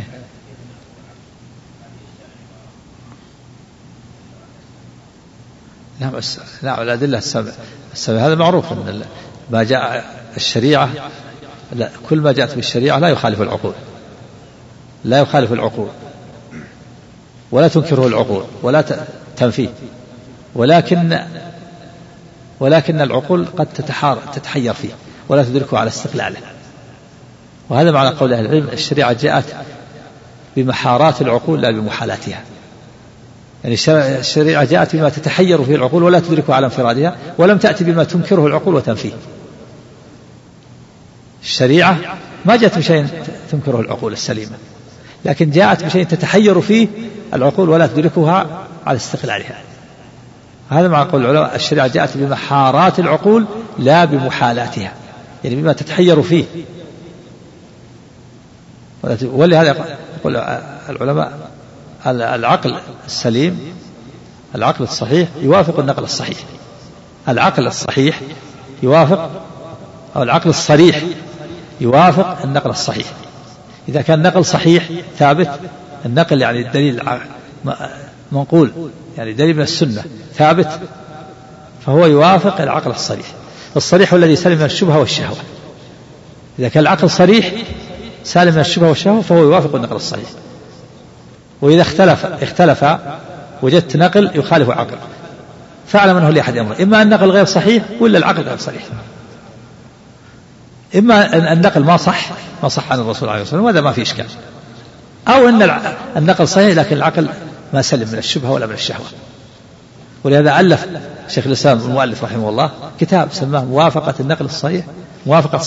نعم بس نعم الأدلة السبع هذا معروف أن ما جاء الشريعة لا، كل ما جاءت بالشريعة لا يخالف العقول، لا يخالف العقول ولا تنكره العقول ولا تنفيه، ولكن العقول قد تتحير فيه ولا تدركه على استقلاله. وهذا معنى قول أهل العلم الشريعة جاءت بمحارات العقول لا بمحالاتها. يعني الشريعة جاءت بما تتحير فيه العقول ولا تدركه على انفرادها، ولم تأتي بما تنكره العقول وتنفيه. الشريعة ما جاءت بشيء تنكره العقول السليمة، لكن جاءت بشيء تتحير فيه العقول ولا تدركها على استقلالها. هذا مع قول العلماء الشريعة جاءت بمحارات العقول لا بمحالاتها، يعني بما تتحير فيه. ولهذا يقول العلماء العقل السليم، العقل الصحيح يوافق النقل الصحيح. العقل الصحيح يوافق، أو العقل الصريح يوافق النقل الصحيح. إذا كان النقل صحيح ثابت، النقل يعني الدليل منقول، يعني دليل من السنة ثابت، فهو يوافق العقل الصريح. الصريح هو الذي سلم من الشبهة والشهوة. إذا كان العقل صريح سالم من الشبهة والشهوة فهو يوافق النقل الصحيح. وإذا اختلف وجدت نقل يخالف عقل، فاعلم أنه لأحد أمره، إما النقل غير صحيح ولا العقل غير صحيح. إما النقل ما صح عن الرسول عليه الصلاة والسلام وهذا ما في إشكال، أو أن النقل صحيح لكن العقل ما سلم من الشبهة ولا من الشهوة. ولهذا ألف شيخ الإسلام المؤلف رحمه الله كتاب سماه موافقة النقل الصحيح، موافقة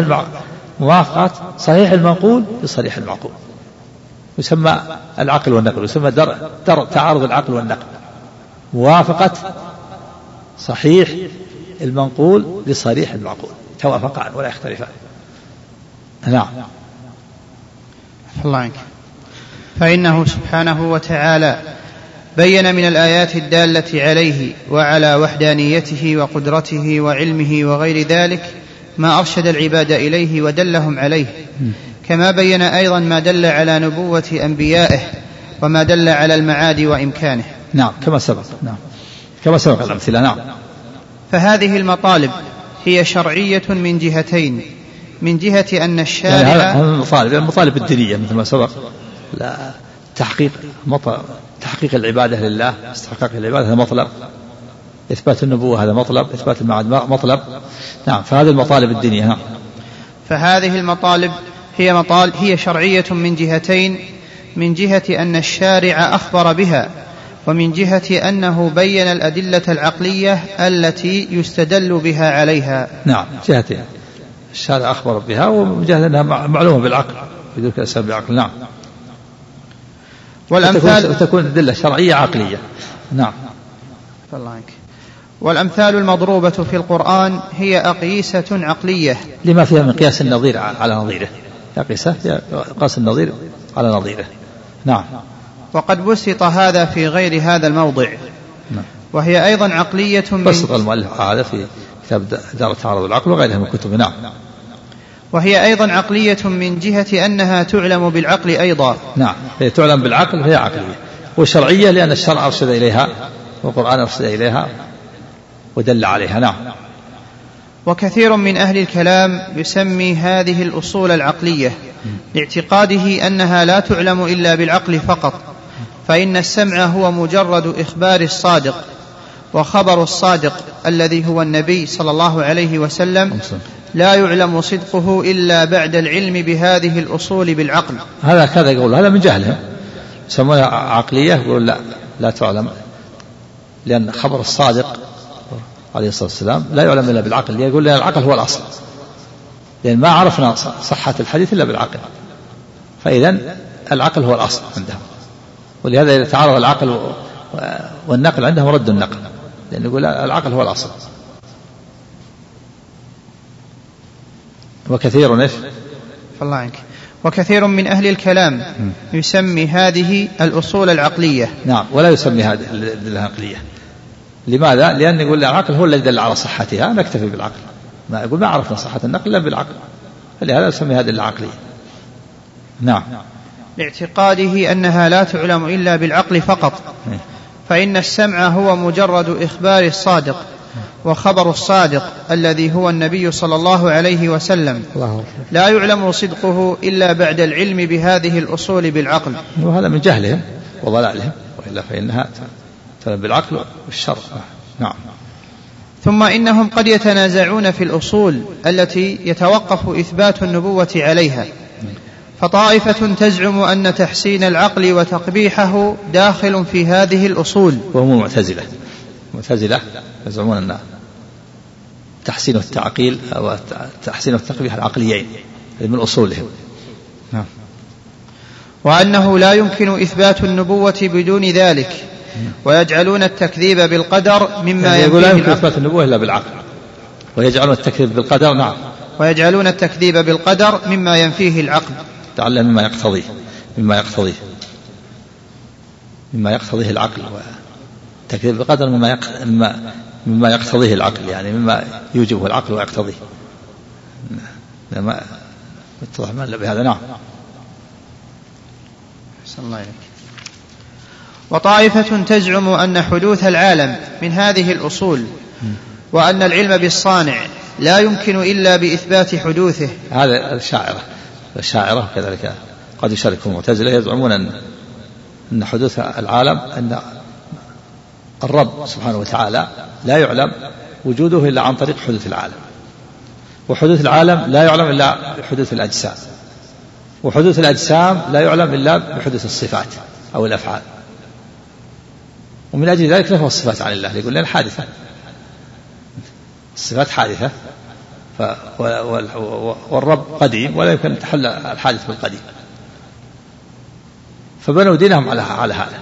صحيح المنقول بصريح المعقول. يسمى العقل والنقل، يسمى درء تعارض العقل والنقل، موافقة صحيح المنقول لصريح المعقول، توافقان ولا يختلفان. نعم. الله عنك. فإنه سبحانه وتعالى بين من الآيات الدالة عليه وعلى وحدانيته وقدرته وعلمه وغير ذلك ما أرشد العباد إليه ودلهم عليه، كما بين أيضا ما دل على نبوة أنبيائه وما دل على المعاد وإمكانه. نعم كما سبق. نعم كما سبق الأمثلة. نعم. فهذه المطالب هي شرعية من جهتين، من جهة أن الشارع يعني هذا المطالب الدينية مثل ما سبق، لا تحقيق العبادة لله، استحقاق العبادة هذا مطلب، إثبات النبوة هذا مطلب، إثبات المعاد مطلب. نعم. فهذه المطالب الدينية. نعم. فهذه المطالب هي شرعية من جهتين، من جهة أن الشارع أخبر بها، ومن جهة أنه بين الأدلة العقلية التي يستدل بها عليها. نعم جهتين، الشارع أخبر بها ومن جهة أنها معلومة بالعقل بدون الأسباب بالعقل. نعم. وتكون أدلة شرعية عقلية. نعم. والأمثال المضروبة في القرآن هي أقيسة عقلية لما فيها من قياس النظير على نظيره، قاس النظير على نظيره. نعم. وقد بسط هذا في غير هذا الموضع. نعم. وهي أيضا عقلية بسط المؤلف هذا في كتاب دار تعارض العقل وغيرها من كتب. نعم. وهي أيضا عقلية من جهة أنها تعلم بالعقل أيضا. نعم هي تعلم بالعقل فهي عقلية، وشرعية لأن الشرع أرشد إليها والقرآن أرشد إليها ودل عليها. نعم. وكثير من أهل الكلام يسمي هذه الأصول العقلية لاعتقاده أنها لا تعلم إلا بالعقل فقط، فإن السمع هو مجرد إخبار الصادق، وخبر الصادق الذي هو النبي صلى الله عليه وسلم لا يعلم صدقه إلا بعد العلم بهذه الأصول بالعقل. هذا كذا يقول هذا من جهلهم يسمونها عقلية، يقول لا تعلم، لأن خبر الصادق عليه الصلاة والسلام لا يعلم إلا بالعقل. يقول لأن العقل هو الأصل، لأن ما عرفنا صحة الحديث إلا بالعقل، فإذن العقل هو الأصل عندهم. ولهذا إذا تعارض العقل والنقل عندهم رد النقل، لأن يقول العقل هو الأصل. وكثير من أهل الكلام يسمي هذه الأصول العقلية. نعم، ولا يسمي هذه العقلية. لماذا؟ لأن يقول العقل هو الذي دل على صحتها، نكتفي بالعقل، ما يقول ما عرفنا صحة النقل إلا بالعقل، فلهذا يسمي هذه العقلية. نعم، لاعتقاده أنها لا تعلم إلا بالعقل فقط، فإن السمع هو مجرد إخبار الصادق، وخبر الصادق الذي هو النبي صلى الله عليه وسلم لا يعلم صدقه إلا بعد العلم بهذه الأصول بالعقل. وهذا من جهلهم وضلالهم، وإلا فإنها تعلم بالعقل والشرع. نعم. ثم إنهم قد يتنازعون في الأصول التي يتوقف إثبات النبوة عليها، فطائفة تزعم أن تحسين العقل وتقبيحه داخل في هذه الأصول، وهم معتزلة يزعمون أن تحسين التعقيل أو تحسين التقبيح العقليين من أصولهم. وأنه لا يمكن إثبات النبوة بدون ذلك، ويجعلون التكذيب بالقدر مما ينفيه لا يمكن إثبات النبوة إلا بالعقل، ويجعلون التكذيب بالقدر. نعم، ويجعلون التكذيب بالقدر مما ينفيه العقل، تعلم مما يقتضيه العقل، والتكذيب بالقدر مما يقتضيه العقل، يعني مما يوجبه العقل ويقتضيه. ما اتضح ما إلا بهذا. نعم. صلى الله عليك. وطائفة تزعم أن حدوث العالم من هذه الأصول، وأن العلم بالصانع لا يمكن إلا بإثبات حدوثه. هذا الشاعرة كذلك قد يشاركهم المعتزلة، يزعمون أن حدوث العالم، أن الرب سبحانه وتعالى لا يعلم وجوده إلا عن طريق حدوث العالم، وحدوث العالم لا يعلم إلا بحدوث الأجسام، وحدوث الأجسام لا يعلم إلا بحدوث الصفات أو الأفعال، ومن أجل ذلك نفى الصفات عن الله، يقول لنا حادثة، الصفات حادثة، والرب قديم ولا يمكن تحل الحادث بالقديم، فبنوا دينهم على هذا.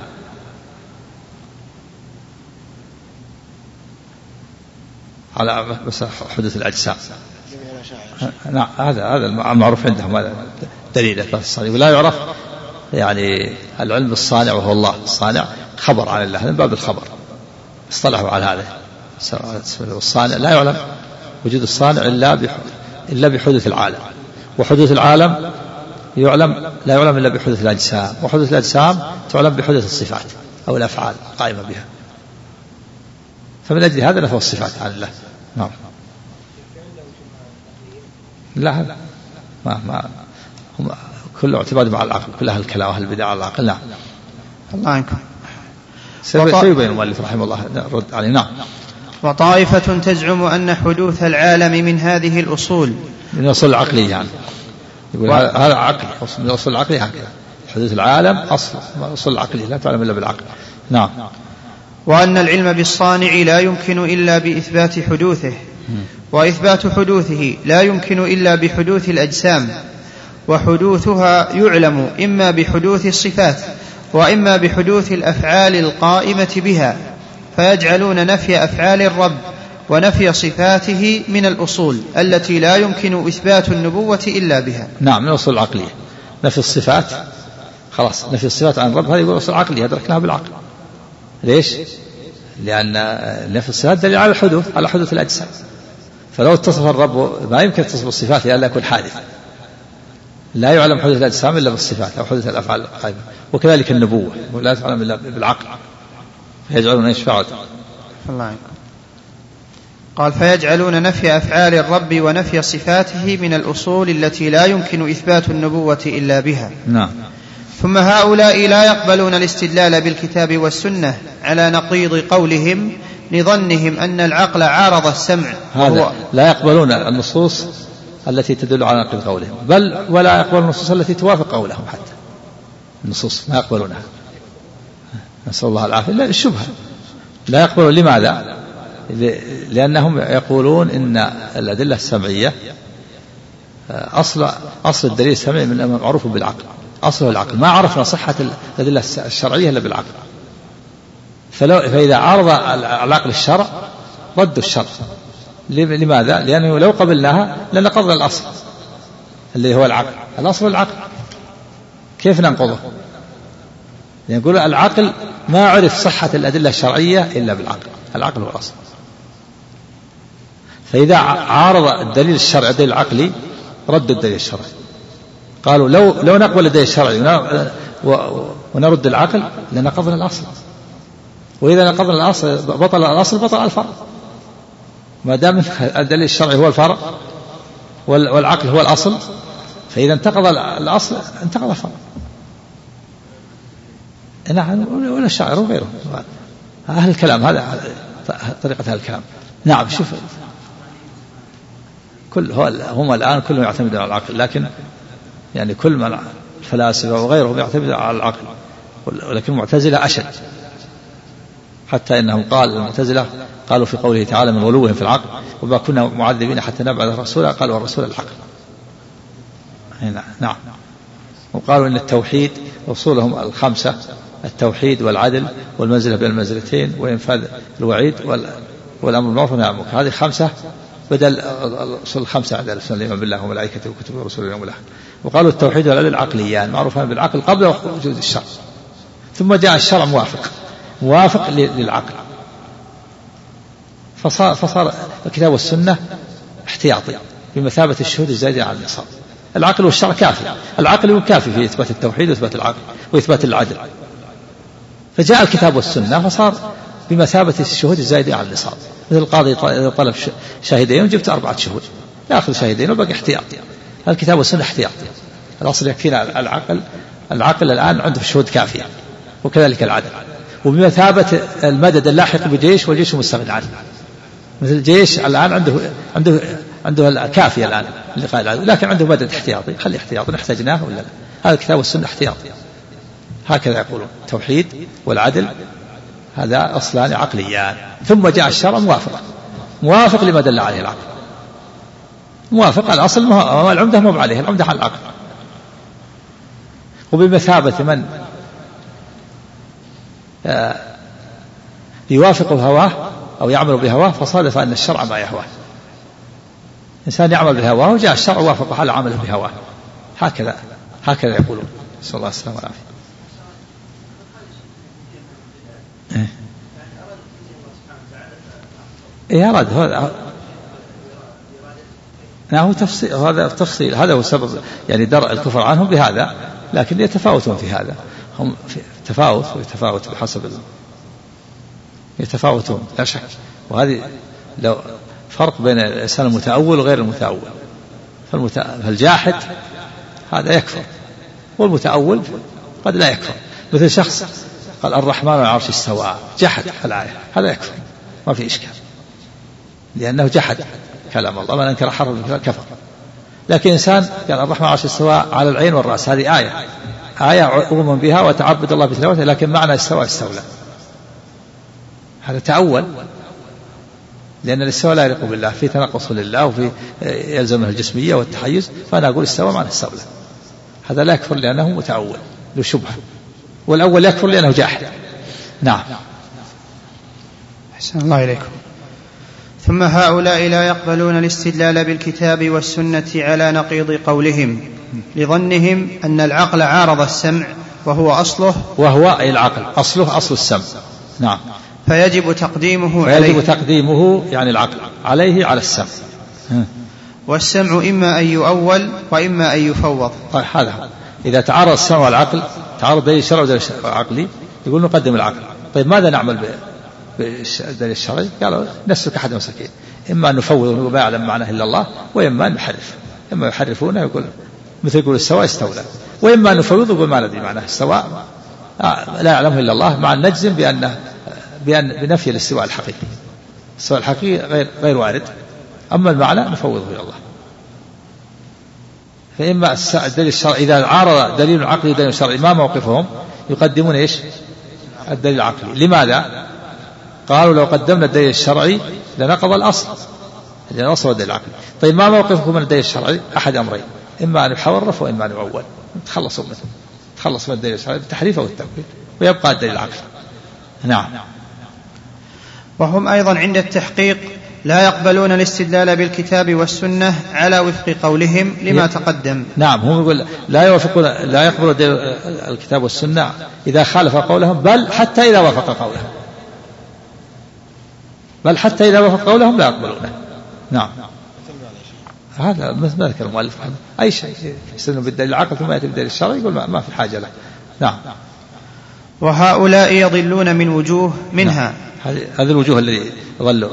على بس حدوث الأجسام. نعم، هذا المعروف عندهم، هذا دليل الصانع، ولا يعرف يعني العلم بالصانع وهو الله الصانع، خبر عن الله من باب الخبر، اصطلحوا على هذا. الصانع لا يعلم وجود الصانع إلا بحدوث العالم، وحدوث العالم لا يعلم إلا بحدوث الأجسام، وحدوث الأجسام تعلم بحدوث الصفات أو الأفعال قائمة بها، فمن أجل هذا نفى الصفات عن الله. نعم. لا، ما هم كله اعتماد مع العقل، كل أهل الكلام وأهل البدع على العقل. نعم. الله عنكم. سيبين المؤلف رحمه الله رد عليه. نعم. وطائفة تزعم أن حدوث العالم من هذه الأصول، من أصول العقلية، يعني يقول هذا عقل، من أصول العقلية هكذا، حدوث العالم أصل من أصول العقلية لا تعلم إلا بالعقل. نعم. وأن العلم بالصانع لا يمكن إلا بإثبات حدوثه، وإثبات حدوثه لا يمكن إلا بحدوث الأجسام، وحدوثها يعلم إما بحدوث الصفات وإما بحدوث الأفعال القائمة بها، فيجعلون نفي أفعال الرب ونفي صفاته من الأصول التي لا يمكن إثبات النبوة إلا بها. نعم، من الأصول العقلية نفي الصفات، خلاص نفي الصفات عن الرب، هذه يقول أصول عقلية أدركناها بالعقل. ليش؟ لأن نفي الصفات دليل على الحدوث، على حدوث الأجسام، فلو اتصف الرب ما يمكن تصف الصفات إلا يكون حادث، لا يعلم حدوث الأجسام إلا بالصفات أو حدوث الأفعال القائمة، وكذلك النبوة لا تعلم إلا بالعقل، فيجعلون يشفعون. الله عنكم. قال فيجعلون نفي أفعال الرب ونفي صفاته من الأصول التي لا يمكن إثبات النبوة إلا بها. نعم. ثم هؤلاء لا يقبلون الاستدلال بالكتاب والسنة على نقيض قولهم، لظنهم أن العقل عارض السمع. هذا لا يقبلون النصوص التي تدل على نقيض قولهم، بل ولا يقبلون النصوص التي توافق قولهم، حتى النصوص ما يقبلونها، نسأل الله العافية، إلا الشبهة لا يقبلون. لماذا؟ لأنهم يقولون إن الأدلة السمعية أصل الدليل السمعي من معروف بالعقل، أصله العقل، ما عرفنا صحة الأدلة الشرعية إلا بالعقل. فإذا عارض العقل الشرع ردوا الشرع. لماذا؟ لأنه لو قبلناها لنقضنا الأصل اللي هو العقل، الأصل العقل، كيف ننقضه؟ يقول العقل ما عرف صحة الأدلة الشرعية إلا بالعقل، العقل هو الأصل. فإذا عارض الدليل الشرعي الدليل العقلي ردوا الدليل الشرعي، قالوا لو نقبل الدليل الشرعي ونرد العقل لنقضنا الأصل، وإذا نقضنا الأصل بطل الأصل بطل الفرع. ما دام الدليل الشرعي هو الفرع والعقل هو الأصل، فإذا انتقض الأصل انتقض الفرع. نعم، ولا الشاعر وغيره أهل الكلام، هذا طريقة أهل الكلام. نعم، شوف هم الآن كلهم يعتمدون على العقل، لكن يعني كل من الفلاسفة وغيرهم يعتمدون على العقل، ولكن المعتزلة أشد، حتى إنهم المعتزلة قالوا في قوله تعالى من غلوهم في العقل وما كنا معذبين حتى نبعث رسولا، قالوا الرسول العقل. نعم، وقالوا إن التوحيد أصولهم الخمسة، التوحيد والعدل والمنزلة بين المنزلتين وإنفاذ الوعيد والأمر بالمعروف والنهي عن المنكر، هذه خمسة بدل الأصول الخمسة عند الإسلام، الإيمان بالله وملائكته وكتبه ورسله واليوم الآخر. وقالوا التوحيد والعدل عقليان معروفان بالعقل قبل وجود الشرع، ثم جاء الشرع موافق للعقل، فصار الكتاب والسنة احتياطي بمثابة الشهود الزائدة على النصاب. العقل والشرع كافي، العقل كافي في إثبات التوحيد وإثبات العقل وإثبات العدل، فجاء الكتاب والسنة فصار بمثابة الشهود الزائدة على النصاب. مثل القاضي إذا طلب شاهدين وجبت 4 شهود، يأخذ شاهدين وبقي احتياطي. الكتاب والسنة احتياطي، الأصل يكفينا العقل الآن عنده شهود كافية، وكذلك العدل، وبمثابة المدد اللاحق بجيش والجيش مستغني عنه. مثل الجيش الآن عنده الكافية الآن لقاء العدو، لكن عنده مدد احتياطي، خلي احتياطي نحتاجناه ولا لا. هذا الكتاب والسنة احتياطي، هكذا يقولون. التوحيد والعدل هذا أصلان عقليان، ثم جاء الشرع موافق لما دل عليه العقل، موافق الأصل، العمدة مو عليه، العمدة على العقل. وبمثابة من يوافق هواه أو يعمل بهواه فصادف أن الشرع ما يهواه، إنسان يعمل بهواه وجاء الشرع وافق على عمله بهواه، هكذا يقولون. صلى الله عليه وسلم والعافية. أراد هذا تفصيل، هذا هو سبب يعني درء الكفر عنهم بهذا، لكن يتفاوتون في هذا، هم في تفاوت بحسب يتفاوتون لا شك. وهذه لو فرق بين الإنسان المتأول وغير المتأول، فالجاحد هذا يكفر، والمتأول قد لا يكفر. مثل شخص قال الرحمن على العرش استوى، جحد الآية، هذا يكفر ما في إشكال، لأنه جحد كلام الله، من أنكر حرف كفر. لكن إنسان قال الرحمن على العرش استوى على العين والرأس، هذه آية أؤمن بها وتعبد الله بتلاوتها، لكن معنى استولى، هذا تأول، لأن الاستواء لا يليق بالله، في تنقص لله وفي يلزمه الجسمية والتحيز، فأنا أقول استوى معنى استولى، هذا لا يكفر لأنه متأول له شبهة، والأول يكفر لأنه جاحد. نعم. أحسن الله إليكم. ثم هؤلاء لا يقبلون الاستدلال بالكتاب والسنة على نقيض قولهم، لظنهم أن العقل عارض السمع وهو أصله، وهو أي العقل أصله أصل السمع. نعم. فيجب تقديمه يعني العقل عليه على السمع. والسمع إما أن يؤول وإما أن يفوض. طيب، هذا إذا تعارض السمع والعقل، تعارض دليل الشرع ودليل العقلي، يقول نقدم العقل. طيب ماذا نعمل بالدليل الشرعي؟ قالوا نسلك أحد مسلكين، إما أن نفوض وما يعلم معناه إلا الله، وإما أن نحرف، إما يحرفونه يقول مثل يقول استوى استولى، وإما أن نفوض يقول ما ندري معناه استواء لا يعلمه إلا الله، مع أن نجزم بنفي الاستواء الحقيقي. السبب الحقيقي غير وارد. أما المعنى نفوضه إلى الله. فإما الدليل الشرعي إذا عارض دليل عقلي ودليل شرعي ما موقفهم؟ يقدمون إيش؟ الدليل العقلي. لماذا؟ قالوا لو قدمنا الدليل الشرعي لنقض الأصل، لأن الأصل هو الدليل العقلي. طيب ما موقفكم من الدليل الشرعي؟ أحد أمرين، إما أن يحرف وإما أن يعول. تخلصوا منه، تخلص من الدليل الشرعي بالتحريف أو التأويل، ويبقى الدليل العقلي. نعم. وهم أيضا عند التحقيق لا يقبلون الاستدلال بالكتاب والسنة على وفق قولهم لما تقدم. نعم، هم يقول لا يقبلون الكتاب والسنة إذا خالف قولهم، بل حتى إذا وافق قولهم، بل حتى إذا وافق قولهم لا يقبلونه. نعم. هذا ما ذكر المؤلف أي شيء يستدل بالدليل العقل ثم يأتي بالدليل الشرعي يقول ما في حاجة له. نعم. وهؤلاء يضلون من وجوه منها. نعم. هذه الوجوه التي ضلوا،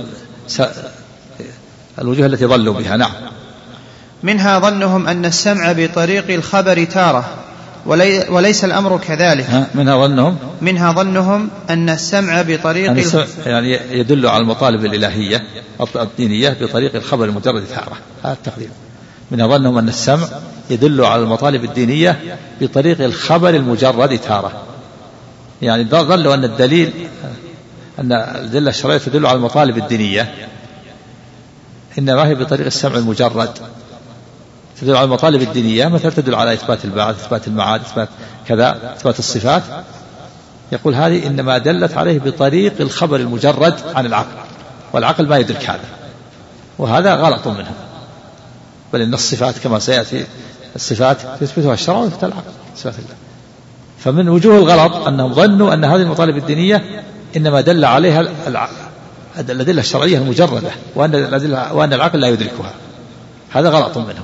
الوجوه التي ضلوا بها. نعم. منها ظنهم أن السمع بطريق الخبر تارة وليس الأمر كذلك. منها ظنهم أن السمع بطريق يعني يدل على المطالب الإلهية الدينية بطريق الخبر المجرد تارة. هذا التقدير. منها ظنهم أن السمع يدل على المطالب الدينية بطريق الخبر المجرد تارة، يعني ظنوا أن الدليل أن الأدلة الشرعية تدل على المطالب الدينية إنما هي بطريق السمع المجرد، تدل على المطالب الدينية، مثلا تدل على إثبات البعث، إثبات المعاد، إثبات كذا، إثبات الصفات. يقول هذه إنما دلت عليه بطريق الخبر المجرد عن العقل، والعقل ما يدرك هذا، وهذا غلط منهم. بل إن الصفات كما سيأتي الصفات يثبتها الشرع ويثبتها العقل، صفات الله. فمن وجوه الغلط أنهم ظنوا أن هذه المطالب الدينية إنما دل عليها الأدلة الشرعية المجردة، وأن العقل لا يدركها. هذا غلط منهم.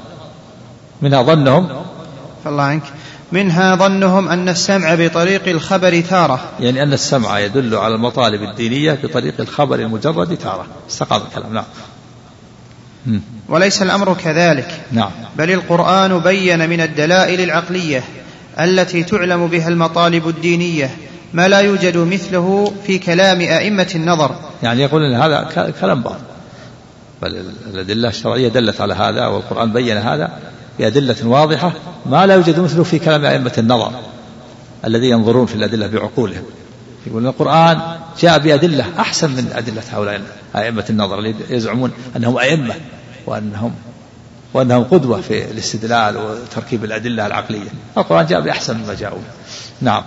منها ظنهم أن السمع بطريق الخبر تارة، يعني أن السمع يدل على المطالب الدينية بطريق الخبر المجرد تارة. استقام الكلام. نعم. وليس الأمر كذلك. نعم. بل القرآن بين من الدلائل العقلية التي تعلم بها المطالب الدينية ما لا يوجد مثله في كلام أئمة النظر. يعني يقول إن هذا كلام باطل، بل الأدلة الشرعية دلت على هذا، والقرآن بين هذا بأدلة واضحة ما لا يوجد مثله في كلام أئمة النظر الذين ينظرون في الأدلة بعقولهم. يقول القرآن جاء بأدلة أحسن من أدلة هؤلاء أئمة النظر اللي يزعمون أنهم أئمة وأنهم قدوة في الاستدلال وتركيب الأدلة العقلية. القرآن جاء بأحسن مما جاءوا. نعم.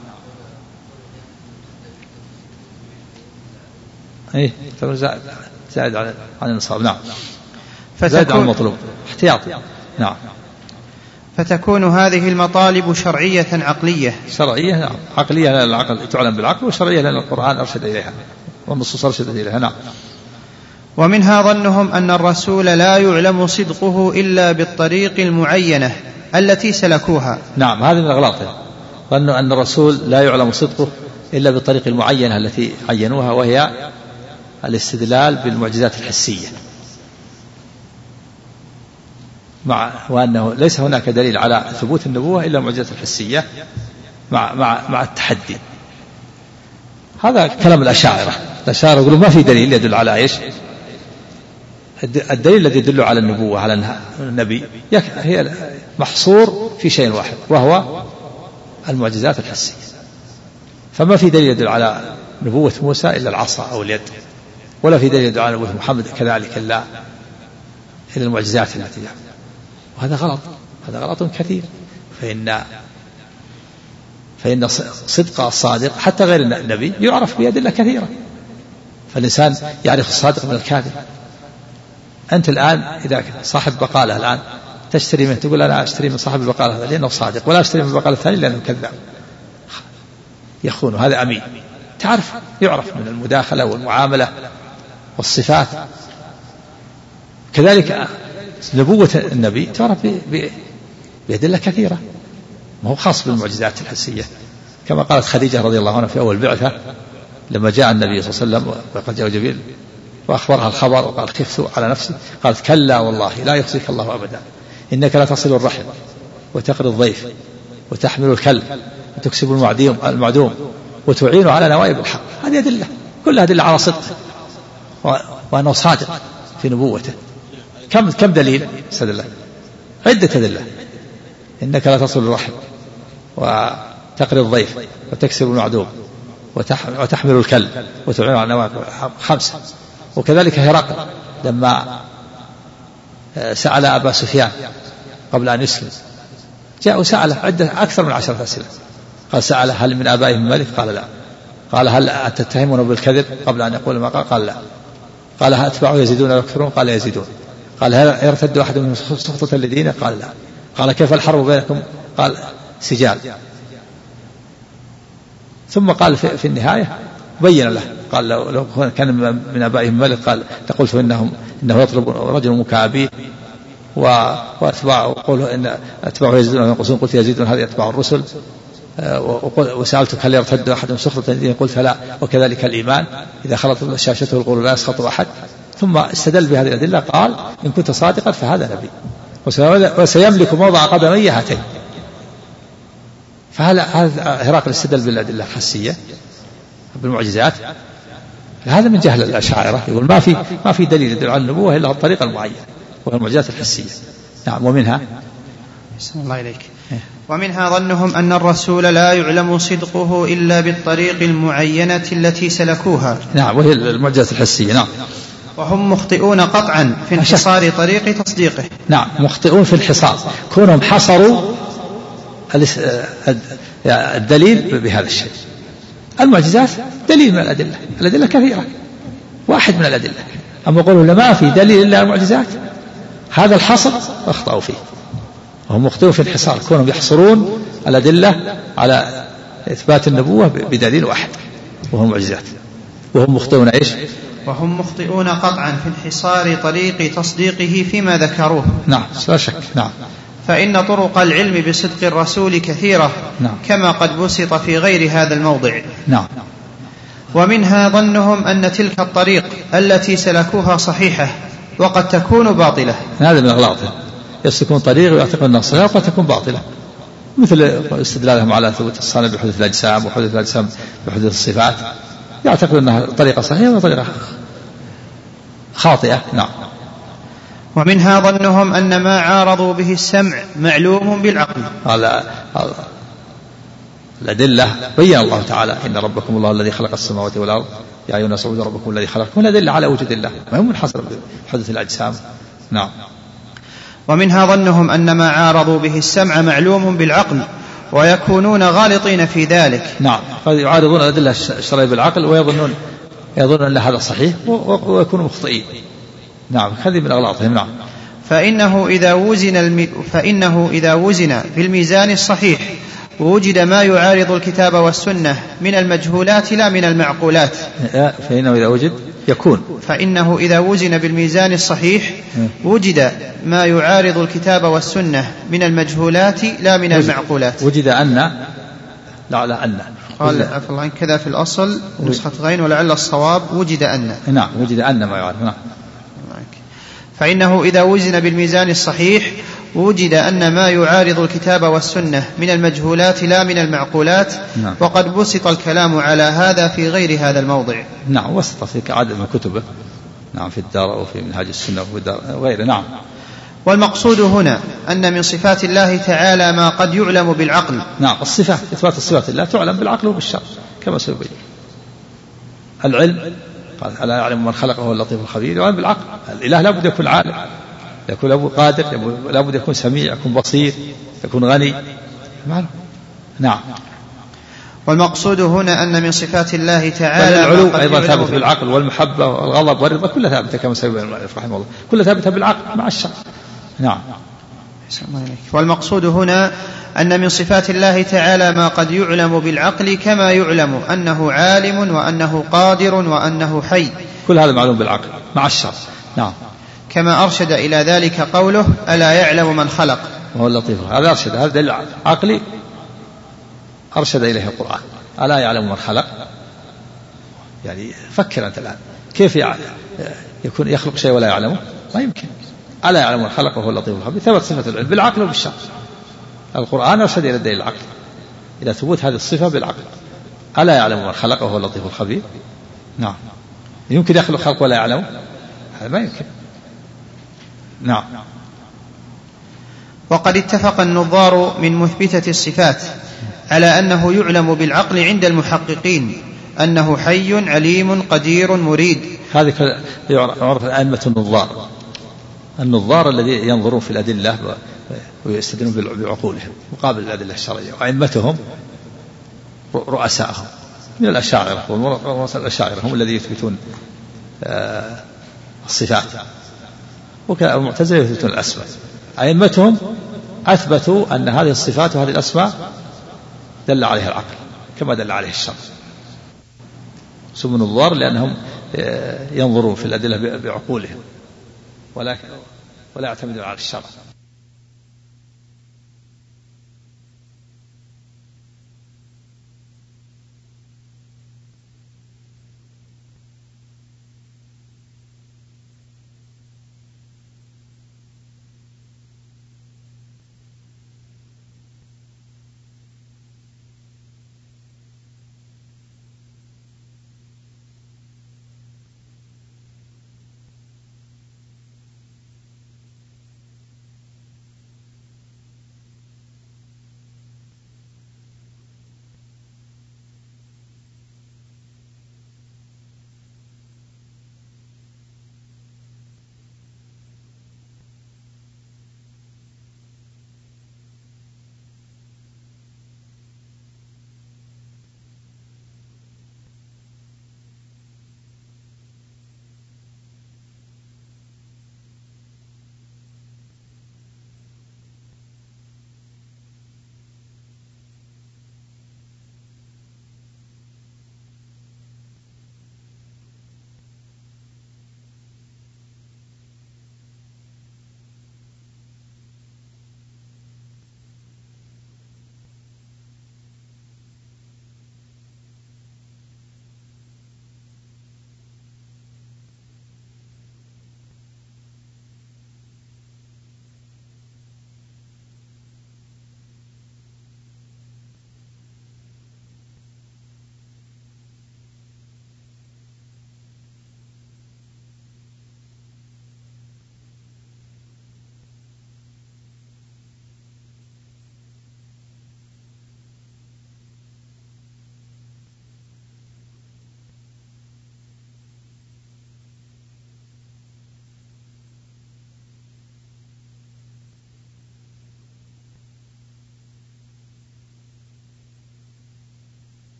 إيه زائد عن النصاب. نعم. زائد عن المطلوب احتياطي. نعم. فتكون هذه المطالب شرعية عقلية. شرعية. نعم. عقلية لأن العقل تعلم بالعقل، وشرعية لأن القرآن أرشد إليها والنصوص أرشدت إليها. نعم. ومنها ظنهم أن الرسول لا يعلم صدقه إلا بالطريق المعينة التي سلكوها. نعم، هذه من الأغلاط. ظنوا أن الرسول لا يعلم صدقه إلا بالطريق المعينة التي عينوها، وهي الاستدلال بالمعجزات الحسية، وأنه ليس هناك دليل على ثبوت النبوة إلا المعجزات الحسية مع التحدي. هذا كلام الأشاعرة. الأشاعرة يقولون ما في دليل يدل على إيش؟ الدليل الذي يدل على النبوة على النبي هي محصور في شيء واحد، وهو المعجزات الحسية. فما في دليل يدل على نبوة موسى إلا العصا أو اليد، ولا في دليل يدل على نبوة محمد كذلك إلا المعجزات التي جاءت. وهذا غلط، هذا غلط كثير. فإن صدق الصادق حتى غير النبي يعرف بأدلة كثيرة، فالإنسان يعرف الصادق من الكاذب. أنت الآن إذا صاحب بقالة الآن تشتري منه، تقول أنا أشتري من صاحب البقالة هذا لأنه صادق، ولا أشتري من البقالة الثاني لأنه كذاب يخون، هذا أمين. تعرف، يعرف من المداخلة والمعاملة والصفات. كذلك نبوة النبي تعرف بأدلة كثيرة، ما هو خاص بالمعجزات الحسية. كما قالت خديجة رضي الله عنها في أول بعثة لما جاء النبي صلى الله عليه وسلم وقد جاء جبريل وأخبرها الخبر وقال خفت على نفسي، قالت كلا والله لا يخزيك الله أبدا، إنك لا تصل الرحم وتقري الضيف وتحمل الكلب وتكسب المعدوم وتعين على نوائب الحق. هذه أدلة كلها أدلة على صدق. وأنه صادق في نبوته. كم دليل استدل؟ عدة أدلة. إنك لا تصل الرحم وتقري الضيف وتكسب المعدوم وتحمل الكلب وتعين على النواقب 5. وكذلك هرقل لما سأل أبا سفيان قبل أن يسلم جاء وسأله عدة أكثر من 10 أسئلة. قال سأله هل من آبائهم ملك؟ قال لا. قال هل تتهمون بالكذب قبل أن يقول ما قال لا. قال هل أتباعه يزيدون ويكثرون؟ قال يزيدون. قال هل يرتد أحد منهم سخطة لدينه؟ قال لا. قال كيف الحرب بينكم؟ قال سجال. ثم قال في النهاية بين له قال لو كان من آبائهم ملك قال لقلت إنه يطلب رجل مكابيه وأتباعه قولوا إن أتباعه يزيدون وينقصون قلت يزيدون هذه أتباع الرسل. وسألتك هل يرتد أحد سخطة لدينه؟ قلت لا. وكذلك الإيمان إذا خلط شاشته القول لا يسخط أحد. ثم استدل بهذه الأدلة قال إن كنت صادقا فهذا نبي وسيملك موضع قدمي هاتين. فهذا هرقل استدل بالأدلة الحسية بالمعجزات. هذا من جهل الأشاعرة يقول ما في دليل يدل على النبوة إلا الطريقة المعينة وهي المعجزات الحسية. نعم. ومنها الله إليك ومنها ظنهم أن الرسول لا يعلم صدقه إلا بالطريق المعينة التي سلكوها. نعم. وهي المعجزات الحسية. نعم. وهم مخطئون قطعا في انحصار طريق تصديقه. نعم. مخطئون في الحصار كونهم حصروا الدليل بهذا الشيء. المعجزات دليل من الأدلة كثيرة واحد من الأدلة. أما يقولوا ما في دليل إلا المعجزات هذا الحصر أخطأوا فيه. وهم مخطئون في الحصار كونهم يحصرون الأدلة على إثبات النبوة بدليل واحد وهو المعجزات. وهم مخطئون إيش؟ وهم مخطئون قطعا في انحصار طريق تصديقه فيما ذكروه. نعم لا شك. نعم. فإن طرق العلم بصدق الرسول كثيرة. نعم. كما قد بسط في غير هذا الموضع. نعم. ومنها ظنهم أن تلك الطريق التي سلكوها صحيحة وقد تكون باطلة. هذا من أغلاطهم يسلكون طريق ويعتقدون أنها صحيحة وقد تكون باطلة مثل استدلالهم على ثبوت الصانع بحدوث الأجسام وحدوث الأجسام بحدوث الصفات يعتقدون أنها طريقة صحيحة وطريقة خاطئة. نعم. ومنها ظنهم أن ما عارضوا به السمع معلوم بالعقل. الأدلة بين الله تعالى إن ربكم الله الذي خلق السماوات والأرض يا أيها الناس اعبدوا ربكم الذي خلقكم. الأدلة على وجود الله ما هو منحصر بحدوث الأجسام. نعم. ومنها ظنهم أن ما عارضوا به السمع معلوم بالعقل ويكونون غالطين في ذلك. نعم. يعارضون الأدلة الشرعية بالعقل ويظنون أن هذا صحيح ويكونوا مخطئين. نعم. هذه من أغلاطهم. نعم. فإنه إذا وزن بالميزان الصحيح ووجد ما يعارض الكتاب والسنة من المجهولات لا من المعقولات. فإنه إذا وزن بالميزان الصحيح وجد ما يعارض الكتاب والسنة من المجهولات لا من المعقولات. وجد أن قال كذا في الأصل نسخة غين ولعل الصواب وجد أن. نعم. وجد أن ما يعارض. نعم. فإنه إذا وزن بالميزان الصحيح وجد أن ما يعارض الكتاب والسنة من المجهولات لا من المعقولات. نعم. وقد بسط الكلام على هذا في غير هذا الموضع. نعم. وسط في عدد من كتبه. نعم. في الدار وفي منهاج السنة وغيره. نعم. والمقصود هنا أن من صفات الله تعالى ما قد يعلم بالعقل. نعم. الصفات إثبات الصفات الله تعلم بالعقل وبالشرع كما سيبين. العلم قال ألا يعلم من خلقه هو اللطيف الخبير. يعلم بالعقل. الإله لابد يكون عالم يكون قادر لابد يكون سميع يكون بصير يكون غني. نعم. والمقصود هنا أن من صفات الله تعالى العلو أيضا ثابت بالعقل والمحبة والغضب والرضا كلها ثابتة كما سيبين المؤلف رحمه الله كلها ثابتة بالعقل مع الشرع. نعم. والمقصود هنا أن من صفات الله تعالى ما قد يعلم بالعقل كما يعلم أنه عالم وأنه قادر وأنه حي. كل هذا معلوم بالعقل مع الشرع. نعم. كما أرشد إلى ذلك قوله ألا يعلم من خلق وهو اللطيف. هذا أرشد. هذا دليل عقلي أرشد إليه القرآن. ألا يعلم من خلق. يعني فكر أنت الآن كيف يكون يخلق شيء ولا يعلمه؟ ما يمكن. ألا يعلم من خلق وهو اللطيف الخبير. ثبت صفة العلم بالعقل وبالشرع. القرآن أرشد إلى الدليل العقل إلى ثبوت هذه الصفة بالعقل. ألا يعلم من خلق وهو اللطيف الخبير. نعم. يمكن يخلق خلق ولا يعلم؟ هذا ما يمكن. نعم. وقد اتفق النظار من مثبتة الصفات على أنه يعلم بالعقل عند المحققين أنه حي عليم قدير مريد. هذه يعرف أئمة النظار الذي ينظرون في الأدلة ويستدلون بعقولهم مقابل الأدلة الشرعية، وأئمتهم رؤساءهم من الأشاعرة، والأشاعرة هم الذين يثبتون الصفات، والمعتزلة يثبتون الأسماء. أئمتهم أثبتوا أن هذه الصفات وهذه الأسماء دل عليها العقل كما دل عليه الشرع. سموا النظار لأنهم ينظرون في الأدلة بعقولهم ولا يعتمدون على الشرع.